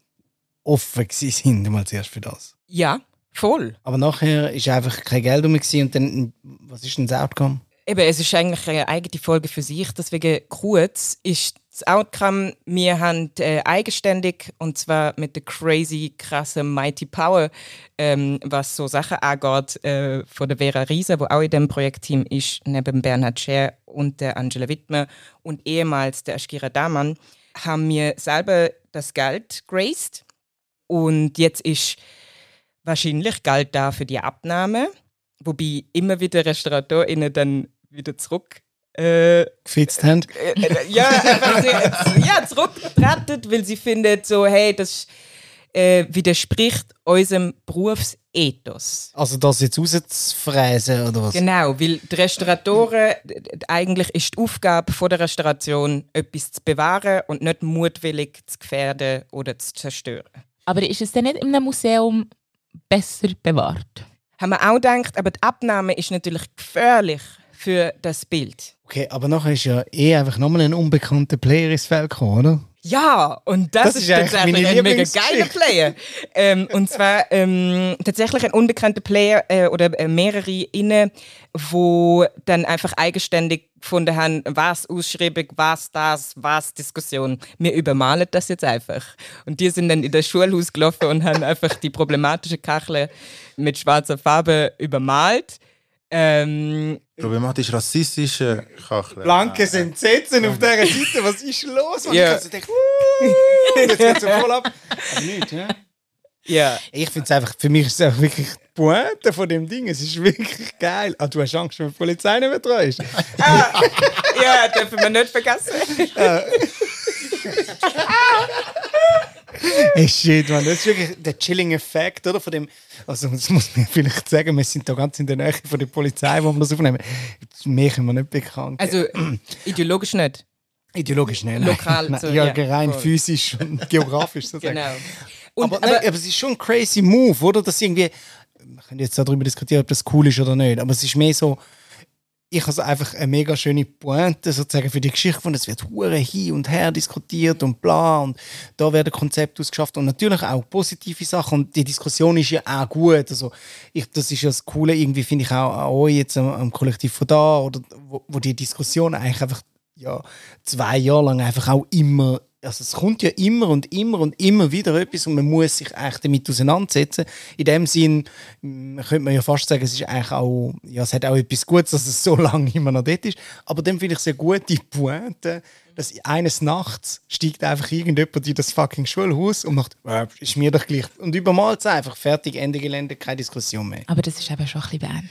offen sind, mal zuerst für das. Ja, voll. Aber nachher ist einfach kein Geld rum und dann, was ist denn das Outcome? Eben, es ist eigentlich eine eigene Folge für sich. Deswegen kurz ist das Outcome, wir haben äh, eigenständig, und zwar mit der crazy, krassen Mighty Power, ähm, was so Sachen angeht, äh, von der Vera Riese, die auch in diesem Projektteam ist, neben Bernhard Scher und der Angela Wittmer und ehemals der Aschkira Daman, haben wir selber das Geld geraced. Und jetzt ist wahrscheinlich Geld da für die Abnahme, wobei immer wieder RestauratorInnen dann wieder zurück Äh, gefitzt haben. Äh, äh, ja, einfach sie, ja, zurückgetreten, weil sie findet, so, hey, das äh, widerspricht unserem Berufsethos. Also das jetzt rauszufräsen, oder was? Genau, weil die Restauratoren, eigentlich ist die Aufgabe von der Restauration, etwas zu bewahren und nicht mutwillig zu gefährden oder zu zerstören. Aber ist es denn nicht in einem Museum besser bewahrt? Haben wir auch gedacht, aber die Abnahme ist natürlich gefährlich für das Bild. Okay, aber nachher ist ja eh einfach nochmal ein unbekannter Player ins Feld gekommen, oder? Ja, und das, das ist, ist tatsächlich ein mega geiler Player. ähm, und zwar ähm, tatsächlich ein unbekannter Player äh, oder äh, mehrere innen, wo dann einfach eigenständig gefunden haben, was Ausschreibung, was das, was Diskussion. Wir übermalen das jetzt einfach. Und die sind dann in das Schulhaus gelaufen und haben einfach die problematische Kachel mit schwarzer Farbe übermalt. Ähm, Problematisch rassistische Kacheln. Blankes Entsetzen auf dieser Seite. Was ist los? Und ja. ich denke, uh, jetzt geht es so voll ab. Aber nicht, ja? Ja. Ich finde es einfach, für mich ist es auch wirklich die Pointe von dem Ding. Es ist wirklich geil. Ah, du hast Angst, wenn die Polizei nicht mehr dran ist. ah, ja, dürfen wir nicht vergessen. Hey, shit, man. Das ist wirklich der Chilling-Effekt, oder? Von dem, also, das muss man vielleicht sagen, wir sind da ganz in der Nähe von der Polizei, wo wir das aufnehmen. Mehr können wir nicht bekannt. Also, ideologisch nicht? Ideologisch nicht. Lokal. Nein, so, ja, ja, rein voll. physisch und geografisch sozusagen. Genau. Und, aber, nein, aber es ist schon ein crazy Move, oder? Dass irgendwie, wir können jetzt darüber diskutieren, ob das cool ist oder nicht, aber es ist mehr so, ich habe einfach eine mega schöne Pointe sozusagen für die Geschichte von, es wird hure hin und her diskutiert und bla und da werden Konzepte ausgeschafft und natürlich auch positive Sachen und die Diskussion ist ja auch gut, also ich, das ist ja das Coole, irgendwie finde ich auch an euch jetzt am, am Kollektiv von da, oder wo, wo die Diskussion eigentlich einfach ja, zwei Jahre lang einfach auch immer also es kommt ja immer und immer und immer wieder etwas und man muss sich eigentlich damit auseinandersetzen. In dem Sinn könnte man ja fast sagen, es ist eigentlich auch, ja, es hat auch etwas Gutes, dass es so lange immer noch dort ist. Aber dann finde ich sehr gut die Pointe, dass eines Nachts steigt einfach irgendjemand in das fucking Schulhaus und macht, äh, ist mir doch gleich. Und übermalt es einfach, fertig, Ende Gelände, keine Diskussion mehr. Aber das ist eben schon ein bisschen Bern.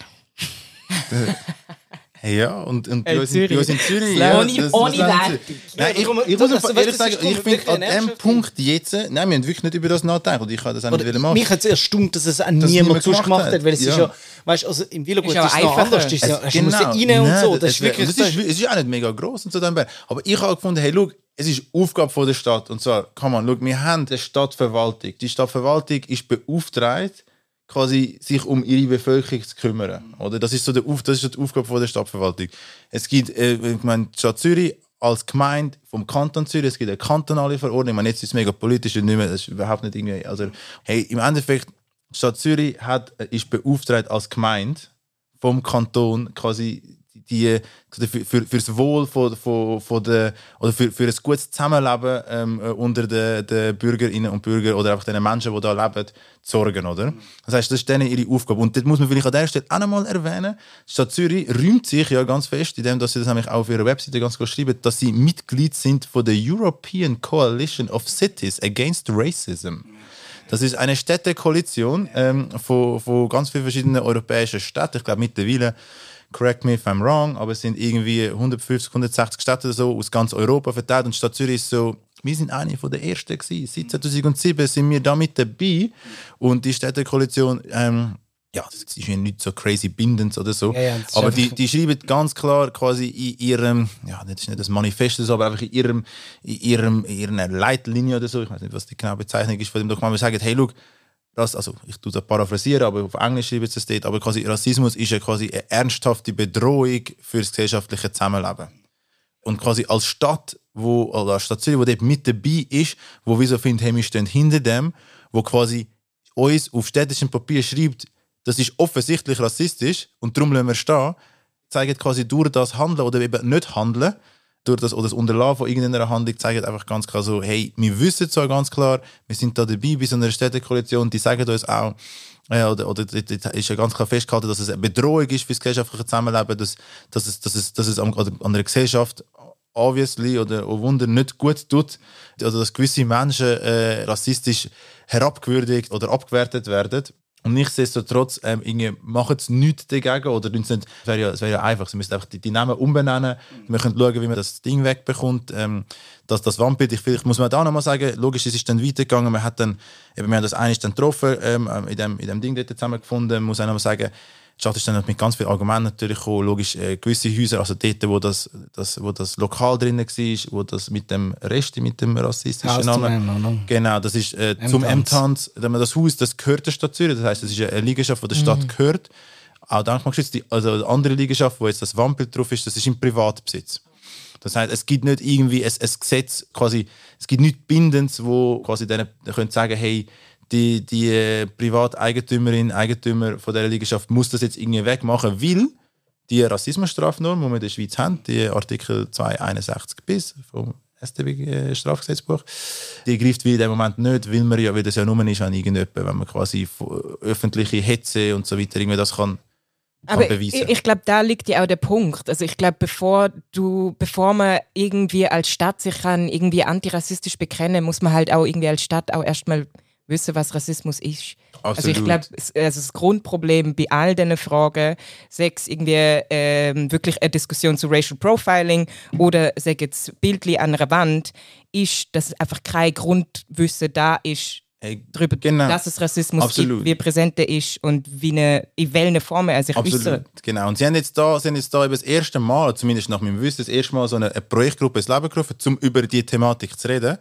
Hey, ja, und, und Hey, bei, uns in, bei uns in Zürich... ja, Ohne, das- ohne das- Wertung. Nein, ich, ich muss Also, einfach weißt ehrlich du, sagen, das ist ich finde an wirklich dem ein Punkt jetzt... Nein, wir haben wirklich nicht über das nachgedacht und ich kann das auch Oder nicht machen. mich hat es erstaunt, dass es auch niemand niemand sonst gemacht gemacht hat, weil es hat. ist Ja. ja, weißt, also im Wielergut Ist ist ja es noch einfacher. anders, das ist ja, Es- hast du musst rein und nein, so, das es ist wär- wirklich... es ist, es ist auch nicht mega gross und so. Dann, aber ich habe gefunden, hey, schau, es ist Aufgabe von der Stadt und zwar, come on, schau, wir haben eine Stadtverwaltung. Die Stadtverwaltung ist beauftragt, quasi sich um ihre Bevölkerung zu kümmern. Oder? Das ist so der Auf, das ist die Aufgabe von der Stadtverwaltung. Es gibt, äh, ich meine, die Stadt Zürich als Gemeinde vom Kanton Zürich, es gibt eine kantonale Verordnung. Ich meine, jetzt ist es mega politisch und nicht mehr, das ist überhaupt nicht irgendwie, also, hey, im Endeffekt, die Stadt Zürich hat, ist beauftragt als Gemeinde vom Kanton quasi die, für, für, für das Wohl von, von, von der, oder für, für ein gutes Zusammenleben ähm, unter den, den Bürgerinnen und Bürgern oder einfach den Menschen, die da leben, zu sorgen. Oder? Das heisst, das ist denen ihre Aufgabe. Und das muss man vielleicht an dieser Stelle auch nochmal erwähnen. Die Stadt Zürich räumt sich ja ganz fest, indem dass sie das nämlich auch auf ihrer Webseite ganz klar schreiben, dass sie Mitglied sind von der European Coalition of Cities Against Racism. Das ist eine Städtekoalition ähm, von, von ganz vielen verschiedenen europäischen Städten. Ich glaube mittlerweile, correct me if I'm wrong, aber es sind irgendwie hundertfünfzig, hundertsechzig Städte oder so aus ganz Europa verteilt. Und die Stadt Zürich ist so, wir sind eine von der ersten gewesen. Seit zweitausendsieben sind wir da mit dabei. Und die Städtekoalition, ähm, ja, das ist ja nicht so crazy bindend oder so. Ja, ja, das ist aber die, einfach- die schreiben ganz klar quasi in ihrem, ja, das ist nicht das Manifest, aber einfach in ihrem, in ihrem, in ihrer Leitlinie oder so, ich weiß nicht, was die genaue Bezeichnung ist von dem Dokument, wir sagen, hey, schau, Rass, also ich tue das paraphrasieren, aber auf Englisch schreibe ich es dort, aber quasi Rassismus ist ja quasi eine ernsthafte Bedrohung für das gesellschaftliche Zusammenleben. Und quasi als Stadt, wo, oder als Stadt Zürich, die dort mit dabei ist, wo wir so finden, hey, wir stehen hinter dem, wo quasi uns auf städtischem Papier schreibt, das ist offensichtlich rassistisch und darum lassen wir stehen, zeigt quasi durch das Handeln oder eben nicht Handeln, durch das, oder das Unterlassen von irgendeiner Handlung, zeigt einfach ganz klar so, hey, wir wissen zwar ganz klar, wir sind da dabei bei so einer Städtekoalition, die sagen uns auch, äh, oder, oder da ist ja ganz klar festgehalten, dass es eine Bedrohung ist für das gesellschaftliche Zusammenleben, dass, dass es, dass es, dass es an, an der Gesellschaft obviously oder oh Wunder nicht gut tut, oder dass gewisse Menschen äh, rassistisch herabgewürdigt oder abgewertet werden. Und nichtsdestotrotz ähm, machen sie nichts dagegen. Oder nicht, es wäre ja, wär ja einfach, sie müssen einfach die, die Namen umbenennen. Wir können schauen, wie man das Ding wegbekommt. Ähm, das, das Wandbild, ich, vielleicht muss man da nochmal sagen, logisch, es ist dann weitergegangen. Man hat dann, eben, wir haben das eigentlich dann getroffen, ähm, in, dem, in dem Ding dort zusammengefunden. Man muss auch nochmal sagen, die Stadt ist dann mit ganz vielen Argumenten natürlich gekommen. Logisch, äh, gewisse Häuser, also dort, wo das, das, wo das Lokal drin war, wo das mit dem Rest, mit dem rassistischen Namen. Genau, das ist äh, zum M-Tanz. Das Haus, das gehört der Stadt Zürich. Das heisst, das ist eine Liegenschaft, die der Stadt mhm. gehört. Auch denkmalgeschützt. Die, also die andere Liegenschaft, wo jetzt das Wandbild drauf ist, das ist im Privatbesitz. Das heißt, es gibt nicht irgendwie ein, ein Gesetz, quasi, es gibt nichts Bindendes, wo quasi denen können sagen, hey, die, die äh, Privateigentümerin, Eigentümer von dieser Liegenschaft muss das jetzt irgendwie wegmachen, weil die Rassismusstrafnorm, die wir in der Schweiz haben, die Artikel zweihunderteinundsechzig bis vom S t B-Strafgesetzbuch, die greift wie in dem Moment nicht, weil, man ja, weil das ja nur ist, wenn irgendjemand, wenn man quasi öffentliche Hetze und so weiter irgendwie das kann. Aber ich, ich glaube, da liegt ja auch der Punkt. Also ich glaube, bevor du, bevor man irgendwie als Stadt sich kann irgendwie antirassistisch bekennen, muss man halt auch irgendwie als Stadt auch erstmal wissen, was Rassismus ist. Absolut. Also ich glaube, also das Grundproblem bei all diesen Fragen, sechs irgendwie ähm, wirklich eine Diskussion zu Racial Profiling oder sag jetzt Bildli an einer Wand, ist, dass einfach kein Grundwissen da ist, Hey, darüber, genau. dass es Rassismus Absolut. gibt, wie präsent er ist und wie eine, in welchen Formen er sich Absolut, äußert. genau. Und sie haben jetzt da, sie haben jetzt da eben das erste Mal, zumindest nach meinem Wissen, das erste Mal so eine, eine Projektgruppe ins Leben gerufen, um über diese Thematik zu reden.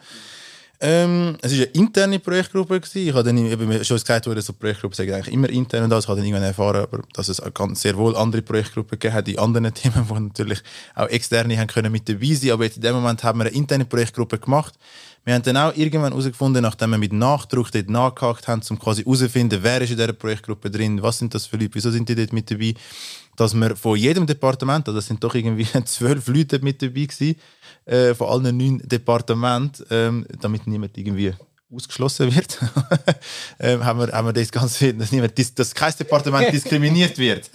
Ähm, es war eine interne Projektgruppe gewesen. Ich habe dann eben schon gesagt, wurde so Projektgruppen sagen eigentlich immer intern und das. Ich habe dann irgendwann erfahren, aber dass es ganz sehr wohl andere Projektgruppen gegeben hat in anderen Themen, wo natürlich auch Externe haben können mit dabei sein. Aber jetzt in dem Moment haben wir eine interne Projektgruppe gemacht. Wir haben dann auch irgendwann herausgefunden, nachdem wir mit Nachdruck dort nachgehakt haben, um quasi herauszufinden, wer ist in dieser Projektgruppe drin, was sind das für Leute, wieso sind die dort mit dabei, dass wir von jedem Departement, also das sind doch irgendwie zwölf Leute mit dabei gewesen, äh, von allen neun Departementen, ähm, damit niemand irgendwie ausgeschlossen wird, ähm, haben, wir, haben wir das Ganze, dass, niemand, dass kein Departement diskriminiert wird.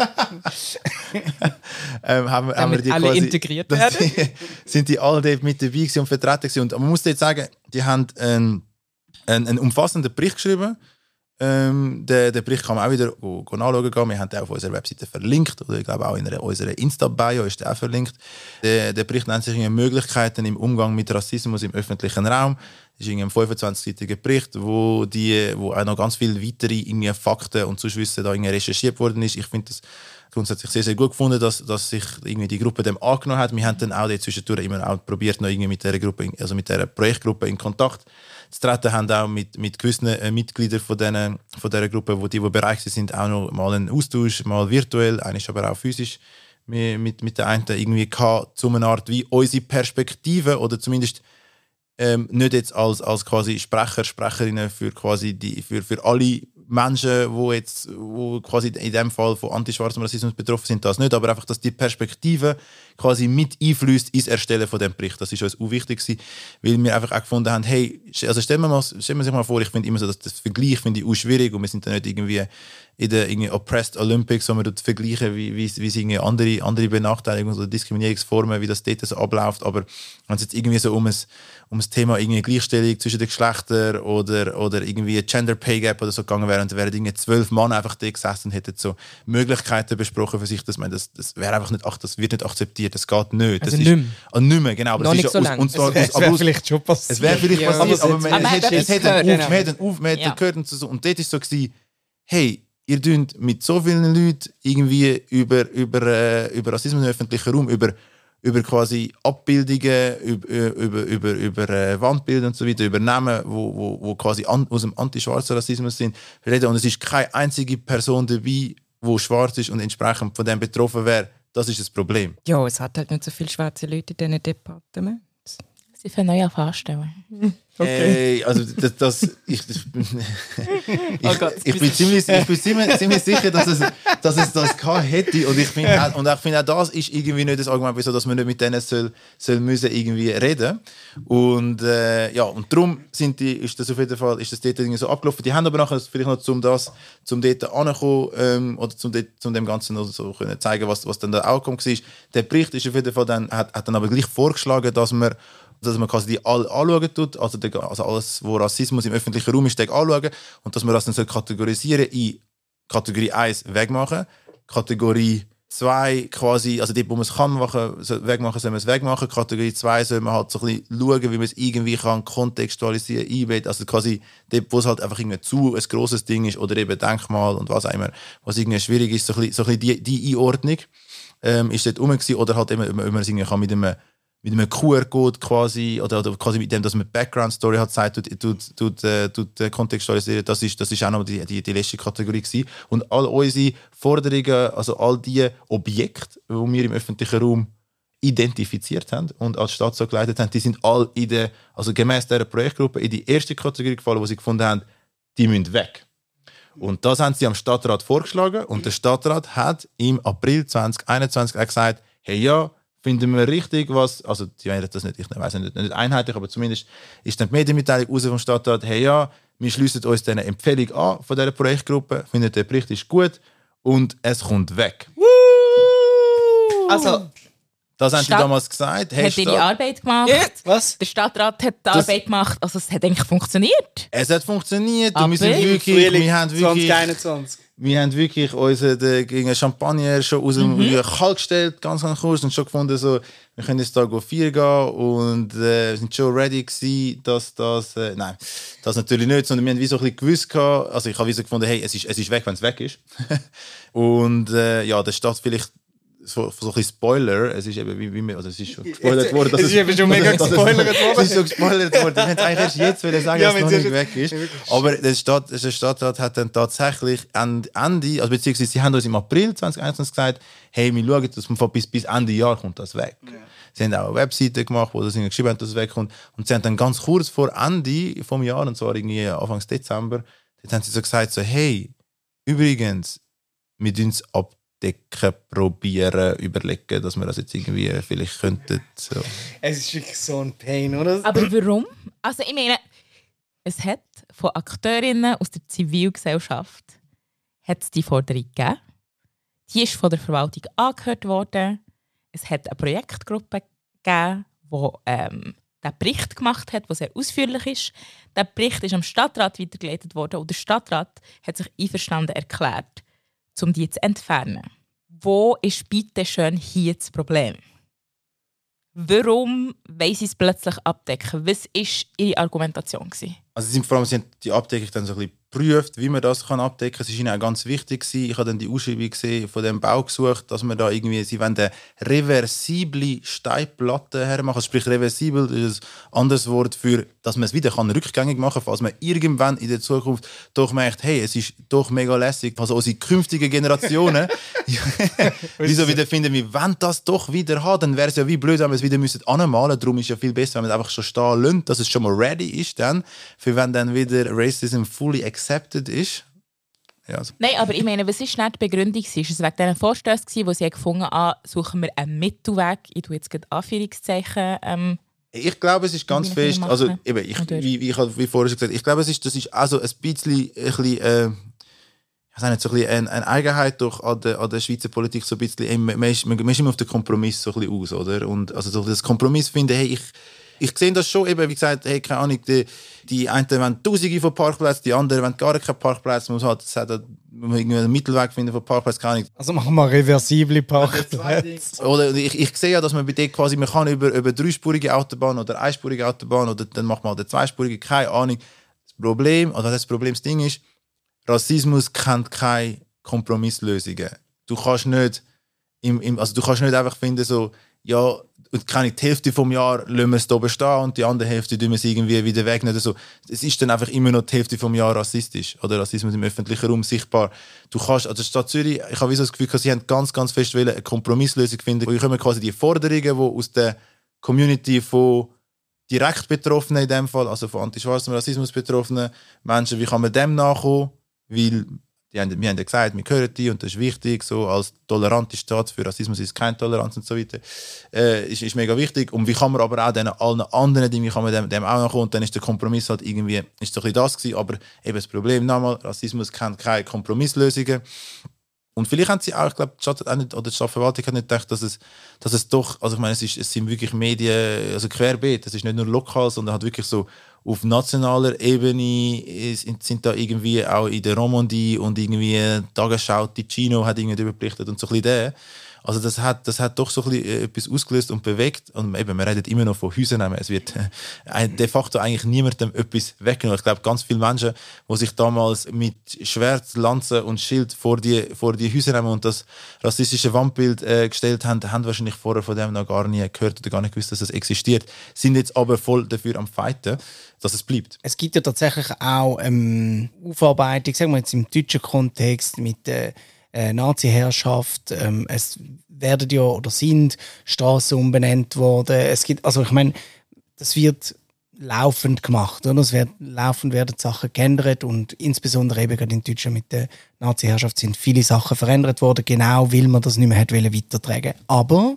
ähm, haben, haben wir die alle quasi, integriert werden. Die, sind die alle dort mit dabei gewesen und vertreten gewesen. Und man muss jetzt sagen, die haben einen, einen, einen umfassenden Bericht geschrieben. Ähm, den, den Bericht kann man auch wieder go, go nachschauen gehen. Wir haben den auf unserer Webseite verlinkt, oder ich glaube auch in unserer Insta-Bio ist der auch verlinkt. Der, der Bericht nennt sich Möglichkeiten im Umgang mit Rassismus im öffentlichen Raum. Das ist ein fünfundzwanzig-seitiger Bericht, wo, die, wo auch noch ganz viele weitere Fakten und Zuschwüsse da recherchiert worden ist. Ich finde das grundsätzlich sehr, sehr gut gefunden, dass, dass sich irgendwie die Gruppe dem angenommen hat. Wir haben dann auch zwischendurch immer auch probiert, noch irgendwie mit der Gruppe, also mit der Projektgruppe in Kontakt zu treten, haben auch mit, mit gewissen äh, Mitgliedern von, denen, von dieser Gruppe, wo die, die bereit sind, auch noch mal einen Austausch, mal virtuell, eigentlich aber auch physisch mit, mit, mit der einen irgendwie gehabt, zu einer Art wie unsere Perspektive oder zumindest ähm, nicht jetzt als, als quasi Sprecher, Sprecherinnen für quasi die, für, für alle Menschen, die jetzt wo quasi in dem Fall von antischwarzem Rassismus betroffen sind, das nicht, aber einfach, dass die Perspektive quasi mit einfließt ins Erstellen von dem Bericht. Das ist uns auch wichtig gewesen, weil wir einfach auch gefunden haben, hey, also stellen wir, mal, stellen wir sich mal vor, ich finde immer so, dass das Vergleich finde ich auch schwierig und wir sind da nicht irgendwie in der irgendwie Oppressed Olympics, wo wir dort vergleichen, wie, wie, wie es irgendwie andere, andere Benachteiligungen oder Diskriminierungsformen, wie das dort so abläuft, aber wenn es jetzt irgendwie so um ein, um das Thema irgendwie Gleichstellung zwischen den Geschlechtern oder, oder irgendwie Gender Pay Gap oder so gegangen wäre und wären irgendwie zwölf Mann einfach da gesessen und hätten so Möglichkeiten besprochen für sich, dass man das, das wäre einfach nicht, ach, das wird nicht akzeptiert, das geht nicht. Das also ist, nicht mehr. Ah, nicht mehr, genau. Aber Noch das nicht ist so aus, lange. und zwar, Es aus, wäre aus, vielleicht schon passiert. es wäre vielleicht Ja. passiert, aber man, Aber man, man hat, hat es hat gehört, einen Auf, genau. man hat einen Auf, man hat Ja. gehört und so. Und dort war so gewesen, hey, ihr tut mit so vielen Leuten irgendwie über, über, äh, über Rassismus im öffentlichen Raum, über, über quasi Abbildungen, über, über, über, über äh, Wandbilder und so weiter, über Namen, wo, wo, wo quasi an, aus dem antischwarzen Rassismus sind, reden. Und es ist keine einzige Person dabei, die schwarz ist und entsprechend von dem betroffen wäre. Das ist das Problem. Ja, es hat halt nicht so viele schwarze Leute in diesen Departements. Sie fangen neu anstellen. Okay. Äh, also das, das, ich, das, ich, Oh Gott. ich bin, ziemlich, ich bin ziemlich, ziemlich sicher, dass es, dass es das gehabt hätte. Und ich finde auch, und ich finde auch, das ist irgendwie nicht das Argument, wieso dass man nicht mit denen soll, soll müssen irgendwie reden. Und äh, ja, und darum sind die, ist das auf jeden Fall, ist das dort irgendwie so abgelaufen. Die haben aber nachher vielleicht noch zum das, zum dort ankommen ähm, oder zum, dort, zum dem Ganzen noch so können zeigen, was, was dann der Outcome war. Der Bericht ist auf jeden Fall dann, hat, hat dann aber gleich vorgeschlagen, dass man dass man quasi die alle anschauen tut, also, die, also alles, wo Rassismus im öffentlichen Raum ist, anschauen und dass man das dann so kategorisieren in Kategorie eins wegmachen, Kategorie zwei quasi, also dort, wo man es kann machen, so wegmachen, soll man es wegmachen, Kategorie zwei soll man halt so ein bisschen schauen, wie man es irgendwie kann kontextualisieren, einbetten, also quasi dort, wo es halt einfach irgendwie zu ein grosses Ding ist oder eben Denkmal und was auch immer, was irgendwie schwierig ist, so ein bisschen, so ein bisschen die, die Einordnung ähm, ist dort rum gewesen, oder halt eben, wenn man es irgendwie kann mit einem mit einem Q R-Code quasi, oder, oder quasi mit dem, dass man Background-Story hat, sagt, tut, tut, tut, äh, tut äh, kontextualisieren, das ist, das ist auch noch die, die, die letzte Kategorie gewesen. Und all unsere Forderungen, also all die Objekte, die wir im öffentlichen Raum identifiziert haben und als Stadt so geleitet haben, die sind all in der, also gemäß dieser Projektgruppe in die erste Kategorie gefallen, wo sie gefunden haben, die müssen weg. Und das haben sie am Stadtrat vorgeschlagen und der Stadtrat hat im April zwanzig einundzwanzig auch gesagt, hey ja, finden wir richtig, was, also die werden das nicht, ich weiß nicht, nicht einheitlich, aber zumindest ist dann die Medienmitteilung raus vom Stadtrat, hey ja, wir schließen uns diese Empfehlung an von dieser Projektgruppe, finden der Bericht ist gut und es kommt weg. Also, Das haben sie Stadt- damals gesagt. Hey, Hat ihre Stadt, Arbeit gemacht. was? Der Stadtrat hat die Das- Arbeit gemacht. Also es hat eigentlich funktioniert. es hat funktioniert und Aber- wir sind wirklich, Frühling wir haben wirklich, zwanzig einundzwanzig. wir haben wirklich unseren gegen Champagner schon aus dem mhm. Kalt gestellt, ganz, ganz kurz, und schon gefunden, so, wir können jetzt da go vier gehen und äh, sind schon ready gewesen, dass das, äh, nein, das natürlich nicht, sondern wir haben wie so ein bisschen gewusst gehabt, also ich habe wie so gefunden, hey, es ist, es ist weg, wenn es weg ist. Und äh, ja, der Stadt vielleicht so, so ein bisschen Spoiler, es ist eben wie, wie wir, also es ist schon gespoilert worden. Es ist eben schon mega gespoilert worden. Es ist schon gespoilert worden. Wir hätten eigentlich erst jetzt wollen sagen, Ja, dass es noch wenn nicht sie- weg ist. Aber der, Stadt, der Stadtrat hat dann tatsächlich Ende, Ende also beziehungsweise sie haben uns im April zwanzig einundzwanzig gesagt, hey, wir schauen, dass man bis, bis Ende Jahr kommt das weg. Ja. Sie haben auch eine Webseite gemacht, wo das geschrieben haben, dass es wegkommt. Und sie haben dann ganz kurz vor Ende vom Jahr, und zwar irgendwie Anfang Dezember, dort haben sie so gesagt, so, hey, übrigens, wir tun es ab abdecken, probieren, überlegen, dass wir das jetzt irgendwie vielleicht könnten. So. Es ist wirklich so ein Pain, oder? Aber warum? Also ich meine, es hat von Akteurinnen aus der Zivilgesellschaft hat's die Forderung gegeben. Die ist von der Verwaltung angehört worden. Es hat eine Projektgruppe gegeben, die ähm, den Bericht gemacht hat, der sehr ausführlich ist. Der Bericht ist am Stadtrat weitergeleitet worden und der Stadtrat hat sich einverstanden erklärt, um die zu entfernen. Wo ist bitte schön hier das Problem? Warum wollen sie es plötzlich abdecken? Was war ihre Argumentation? Also sie sind vor allem sie haben die Abdeckung dann so ein bisschen geprüft, wie man das kann abdecken kann. Es war ihnen auch ganz wichtig. Ich habe dann die Ausschreibung gesehen von dem Bau gesucht, dass man da irgendwie, sie wollen eine reversible Steinplatte hermachen. Also sprich reversibel ist ein anderes Wort für, dass man es wieder kann rückgängig machen kann, falls man irgendwann in der Zukunft doch merkt, hey, es ist doch mega lässig. Also unsere künftigen Generationen, wieso wieder finden, wir wollen das doch wieder haben, dann wäre es ja wie blöd, wenn wir es wieder müssen anmalen müssen. Darum ist es ja viel besser, wenn man es einfach schon stehen lässt, dass es schon mal ready ist, dann, für wenn dann wieder Racism fully accepted ist. Ja, also. Nein, aber ich meine, was war nicht die Begründung? Ist es wegen diesen Vorstößen, wo sie gefunden haben, ah, suchen wir einen Mittelweg? Ich tue jetzt gerade Anführungszeichen. Ähm, ich glaube, es ist ganz fest, also eben, ich, wie, wie ich wie vorher schon gesagt, ich glaube, es ist, das ist also ein bisschen, ein bisschen äh, ich weiß nicht, so ein bisschen eine, eine Eigenheit doch an der, an der Schweizer Politik, so ein bisschen, man, man, ist, man ist immer auf den Kompromiss so ein bisschen aus, oder? Und also so das Kompromiss finde, hey, ich Ich sehe das schon, eben, wie gesagt, hey, keine Ahnung, die, die einen wollen Tausende von Parkplätzen, die anderen wollen gar keinen Parkplatz. Man muss halt man muss irgendwie einen Mittelweg finden von Parkplätzen, keine Ahnung. Also machen wir reversible Parkplätze. Oder ich, ich sehe ja, dass man bei denen quasi, man kann über, über dreispurige Autobahn oder einspurige Autobahn oder dann macht man halt eine zweispurige, keine Ahnung. Das Problem, oder das Problem, das Ding ist, Rassismus kennt keine Kompromisslösungen. Du kannst nicht, im, im, also du kannst nicht einfach finden, so, ja, und keine die Hälfte vom Jahr lassen wir es hier bestehen und die andere Hälfte tun wir es irgendwie wieder wegnehmen oder so. Es ist dann einfach immer noch die Hälfte vom Jahr rassistisch oder Rassismus im öffentlichen Raum sichtbar. Du kannst, also die Stadt Zürich, ich habe so das Gefühl, sie haben ganz, ganz fest wollen, eine Kompromisslösung finden. Und ich komme quasi die Forderungen, die aus der Community von direkt Betroffenen in dem Fall, also von antischwarzem Rassismus betroffenen Menschen, wie kann man dem nachkommen? Weil Die haben, wir haben ja gesagt, wir hören die und das ist wichtig, so als tolerante Staat, für Rassismus ist keine Toleranz und so weiter, äh, ist, ist mega wichtig. Und wie kann man aber auch den, allen anderen Dingen, wie kann man dem, dem auch nachkommen? Und dann ist der Kompromiss halt irgendwie, ist so ein bisschen das gewesen, aber eben das Problem nochmal, Rassismus kennt keine Kompromisslösungen. Und vielleicht haben sie auch, ich glaube, die Stadt auch nicht, oder die Stadtverwaltung hat nicht gedacht, dass es, dass es doch, also ich meine, es, ist, es sind wirklich Medien, also querbeet, es ist nicht nur lokal, sondern hat wirklich so auf nationaler Ebene ist, sind da irgendwie auch in der Romandie und irgendwie Tagesschau, Ticino hat irgendwie überberichtet und so ein bisschen der. Also das hat, das hat doch so ein bisschen etwas ausgelöst und bewegt. Und eben, wir reden immer noch von Häusern. Es wird de facto eigentlich niemandem etwas weggenommen. Ich glaube, ganz viele Menschen, die sich damals mit Schwert, Lanze und Schild vor die, vor die Häuser nehmen und das rassistische Wandbild äh, gestellt haben, haben wahrscheinlich vorher von dem noch gar nie gehört oder gar nicht gewusst, dass es existiert. Sind jetzt aber voll dafür am Fighten, dass es bleibt. Es gibt ja tatsächlich auch ähm, Aufarbeitung, sagen wir jetzt im deutschen Kontext, mit der äh, Nazi-Herrschaft. Ähm, es werden ja oder sind Straßen umbenannt worden. Es gibt, also ich meine, das wird laufend gemacht, oder? Es wird, laufend werden Sachen geändert und insbesondere eben gerade in Deutschland mit der Nazi-Herrschaft sind viele Sachen verändert worden, genau weil man das nicht mehr hat weitertragen. Aber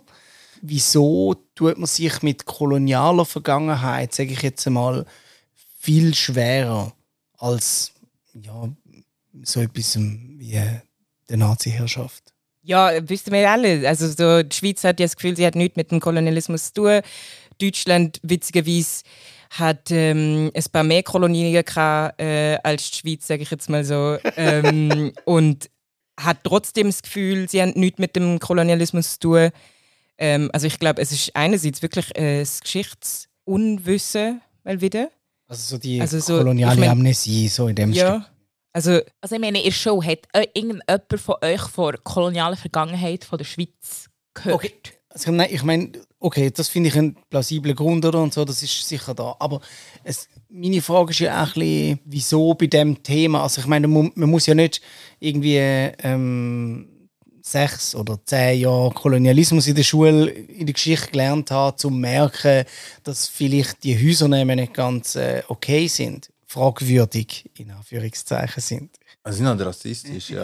wieso tut man sich mit kolonialer Vergangenheit, sage ich jetzt einmal, viel schwerer als ja, so etwas wie der Nazi-Herrschaft? Ja, wissen wir alle. Also so, die Schweiz hat ja das Gefühl, sie hat nichts mit dem Kolonialismus zu tun. Deutschland, witzigerweise, hat ähm, ein paar mehr Kolonien gehabt, äh, als die Schweiz, sage ich jetzt mal so. ähm, und hat trotzdem das Gefühl, sie haben nichts mit dem Kolonialismus zu tun. Ähm, also ich glaube, es ist einerseits wirklich äh, das Geschichtsunwissen mal wieder. Also so die also so, koloniale ich mein, Amnesie, so in dem ja, Stück. Also, also ich meine, in der Show hat äh, irgendjemand von euch von der kolonialen Vergangenheit von der Schweiz gehört? Okay. Also, nein, ich meine, okay, das finde ich einen plausiblen Grund oder und so, das ist sicher da. Aber es, meine Frage ist ja auch ein bisschen, wieso bei diesem Thema? Also ich meine, man, man muss ja nicht irgendwie ähm, sechs oder zehn Jahre Kolonialismus in der Schule, in der Geschichte gelernt haben, um zu merken, dass vielleicht die Häusernamen nicht ganz äh, okay sind, fragwürdig in Anführungszeichen sind. Sie sind halt rassistisch, ja.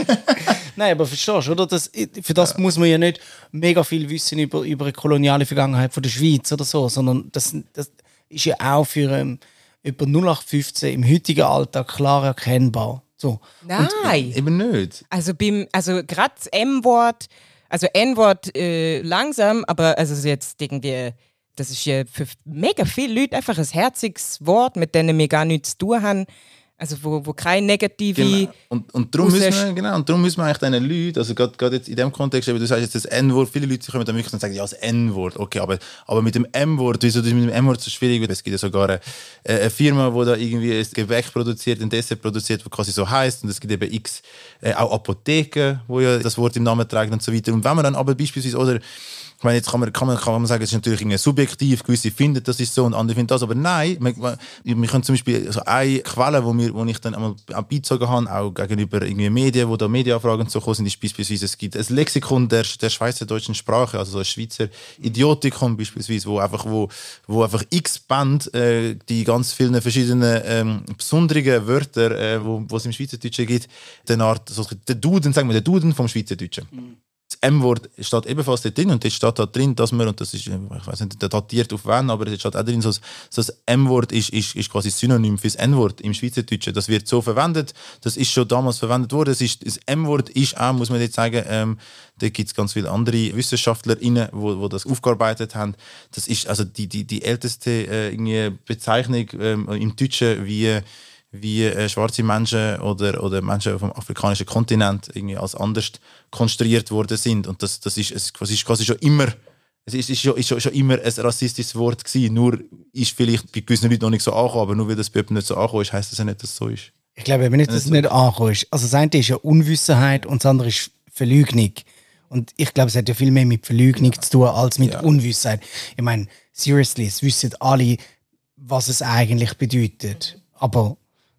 Nein, aber verstehst du, oder? Das, für das ja. muss man ja nicht mega viel wissen über, über die koloniale Vergangenheit von der Schweiz oder so, sondern das, das ist ja auch für ähm, über null acht fünfzehn im heutigen Alltag klar erkennbar. So. Nein. Und, eben nicht. Also, beim, also gerade das M-Wort, also N-Wort äh, langsam, aber also jetzt irgendwie, das ist ja für mega viele Leute einfach ein herziges Wort, mit denen wir gar nichts zu tun haben. Also wo, wo keine negative... Genau. Und, und, darum müssen wir, genau, und darum müssen wir eigentlich diesen Leuten, also gerade jetzt in dem Kontext, du sagst jetzt das N-Wort, viele Leute kommen dann wirklich und sagen, ja, das N-Wort, okay, aber, aber mit dem M-Wort, wieso ist mit dem M-Wort so schwierig? Es gibt ja sogar eine, eine Firma, die da irgendwie ein Gebäck produziert, ein Dessert produziert, das quasi so heisst, und es gibt eben x, äh, auch Apotheken, wo ja das Wort im Namen tragen und so weiter. Und wenn man dann aber beispielsweise, oder ich meine, jetzt kann man, kann man, kann man sagen, es ist natürlich irgendwie subjektiv, gewisse finden, das ist so und andere finden das, aber nein, wir, wir können zum Beispiel so eine Quelle, wo, wir, wo ich dann einmal beizogen habe, auch gegenüber irgendwie Medien, wo da Medienanfragen so gekommen sind, ist beispielsweise, es gibt ein Lexikon der, der schweizerdeutschen Sprache, also so ein Schweizer Idiotikon beispielsweise, wo einfach, wo, wo einfach x Band äh, die ganz vielen verschiedenen ähm, besonderen Wörter, äh, wo, wo es im Schweizerdeutschen gibt, den Art, so, der Duden, sagen wir, der Duden vom Schweizerdeutschen. Mhm. Das M-Wort steht ebenfalls dort drin und dort steht da drin, dass man, und das ist, ich weiß nicht, datiert auf wen, aber dort steht auch drin, so, so das M-Wort ist, ist, ist quasi Synonym für das N-Wort im Schweizerdeutschen. Das wird so verwendet, das ist schon damals verwendet worden. Das, ist, das M-Wort ist auch, muss man jetzt sagen, ähm, da gibt es ganz viele andere WissenschaftlerInnen, die wo, wo das aufgearbeitet haben. Das ist also die, die, die älteste äh, irgendwie Bezeichnung ähm, im Deutschen, wie wie äh, schwarze Menschen oder, oder Menschen vom afrikanischen Kontinent irgendwie als anders konstruiert worden sind. Und das, das, ist, es ist quasi schon immer, es ist, ist, schon, ist schon, schon immer ein rassistisches Wort gewesen. Nur ist vielleicht bei gewissen Leuten noch nicht so angekommen, aber nur weil das bei jemandem nicht so angekommen ist, heisst das ja nicht, dass es so ist. Ich glaube eben nicht, dass es nicht angekommen ist. Also das eine ist ja Unwissenheit und das andere ist Verleugnung. Und ich glaube, es hat ja viel mehr mit Verleugnung ja. zu tun, als mit ja. Unwissenheit. Ich meine, seriously, es wissen alle, was es eigentlich bedeutet. Aber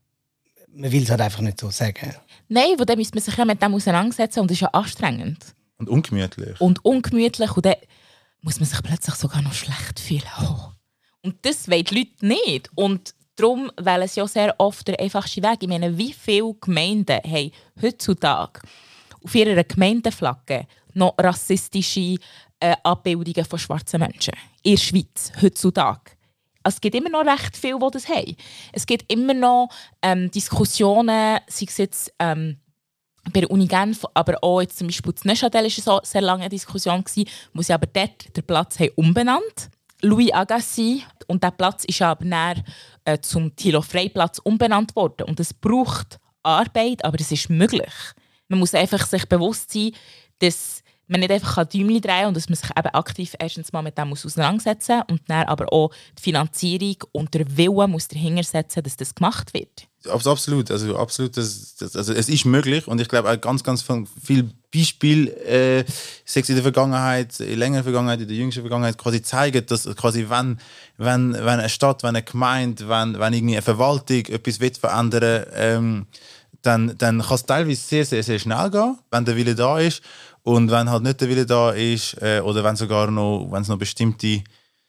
man will es halt einfach nicht so sagen. Nein, wo dann müsste man sich ja mit dem auseinandersetzen und das ist ja anstrengend. Und ungemütlich. Und ungemütlich und dann muss man sich plötzlich sogar noch schlecht fühlen. Oh. Und das wollen die Leute nicht. Und darum wählen sie ja sehr oft den einfachsten Weg. Ich meine, wie viele Gemeinden haben heutzutage auf ihrer Gemeindeflagge noch rassistische äh, Abbildungen von schwarzen Menschen? In der Schweiz, heutzutage. Es gibt immer noch recht viele, die das haben. Es gibt immer noch ähm, Diskussionen, sei es jetzt ähm, bei der Uni Genf, aber auch jetzt zum Beispiel in Neuchâtel war eine sehr lange Diskussion, wo sie aber dort den Platz haben umbenannt. Louis Agassiz. Und dieser Platz ist aber dann äh, zum Thilo-Frey-Platz umbenannt worden. Und es braucht Arbeit, aber es ist möglich. Man muss einfach sich bewusst sein, dass man nicht einfach Däumchen drehen kann und dass man sich eben aktiv erstens mal mit dem auseinandersetzen muss und dann aber auch die Finanzierung und der Wille muss dahinter setzen, dass das gemacht wird. Absolut, also absolut, das, das, also es ist möglich und ich glaube auch ganz, ganz viele Beispiele, äh, sei es in der Vergangenheit, in der längeren Vergangenheit, in der jüngsten Vergangenheit, quasi zeigen, dass quasi wenn, wenn, wenn eine Stadt, wenn eine Gemeinde, wenn, wenn irgendwie eine Verwaltung etwas will verändern, ähm, dann, dann kann es teilweise sehr, sehr, sehr schnell gehen, wenn der Wille da ist. Und wenn halt nicht der Wille da ist, äh, oder wenn sogar noch, wenn es noch bestimmte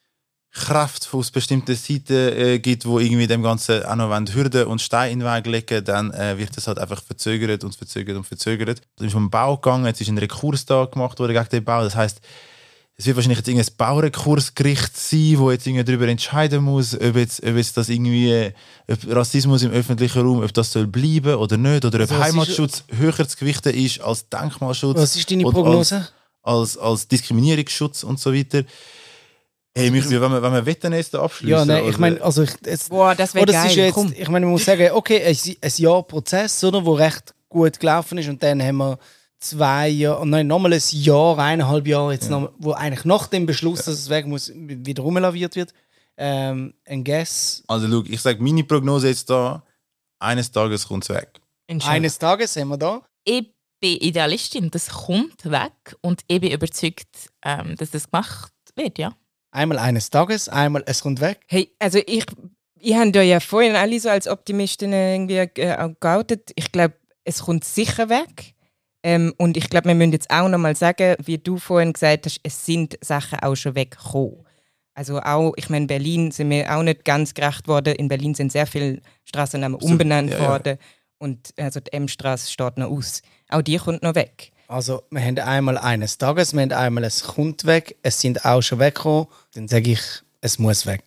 Kräfte aus bestimmten Seiten äh, gibt, wo irgendwie dem Ganzen auch noch Hürden und Steine in den Weg legen, dann äh, wird das halt einfach verzögert und verzögert und verzögert. Es ist um den Bau gegangen, jetzt ist ein Rekurs da gemacht worden gegen den Bau. Das heisst, es wird wahrscheinlich jetzt irgendein Baurekursgericht sein, wo jetzt irgendwie darüber entscheiden muss, ob jetzt, ob jetzt das irgendwie, ob Rassismus im öffentlichen Raum, ob das soll bleiben oder nicht, oder ob also, Heimatschutz ist, höher zu gewichten ist als Denkmalschutz. Was ist deine Prognose? Als, als, als Diskriminierungsschutz und so weiter. Hey, mich, wenn wir, wenn wir Wetten jetzt abschließen. Ja, nein, ich meine, also ich, es, Boah, das wäre geil. Ist jetzt, ich meine, man muss sagen, okay, ein, ein Jahr Prozess, oder, wo recht gut gelaufen ist, und dann haben wir zwei Jahre, nein, nochmal ein Jahr, eineinhalb Jahre, jetzt ja. noch, wo eigentlich nach dem Beschluss, ja. dass es weg muss, wieder rumlaviert wird. Ähm, ein Guess. Also, schau, ich sage, meine Prognose jetzt da, eines Tages kommt es weg. Eines Tages haben wir da. Ich bin Idealistin, das kommt weg und ich bin überzeugt, ähm, dass das gemacht wird, ja. Einmal eines Tages, einmal es kommt weg. Hey, also ich, ich habe ja vorhin alle so als Optimistin irgendwie äh, geoutet. Ich glaube, es kommt sicher weg. Ähm, und ich glaube, wir müssen jetzt auch noch mal sagen, wie du vorhin gesagt hast, es sind Sachen auch schon weggekommen. Also auch, ich meine, in Berlin sind wir auch nicht ganz gerecht worden. In Berlin sind sehr viele Straßennamen umbenannt ja, worden. Ja. Und also die M-Straße steht noch aus. Auch die kommt noch weg. Also, wir haben einmal eines Tages, wir haben einmal «Es kommt weg», es sind auch schon weggekommen. Dann sage ich, es muss weg.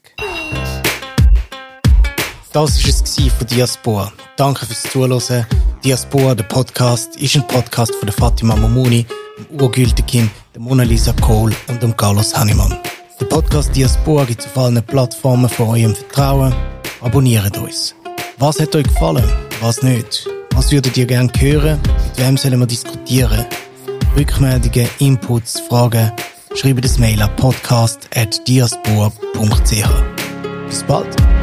Das war es von Diaspora. Danke fürs Zuhören. Diaspora, der Podcast, ist ein Podcast von der Fatima Momuni, dem Urgültekin, der Mona Lisa Kohl und dem Carlos Hannemann. Der Podcast Diaspora gibt es auf allen Plattformen von eurem Vertrauen. Abonniert uns. Was hat euch gefallen? Was nicht? Was würdet ihr gerne hören? Mit wem sollen wir diskutieren? Rückmeldungen, Inputs, Fragen? Schreibt das Mail an podcast at diaspora punkt c h. Bis bald!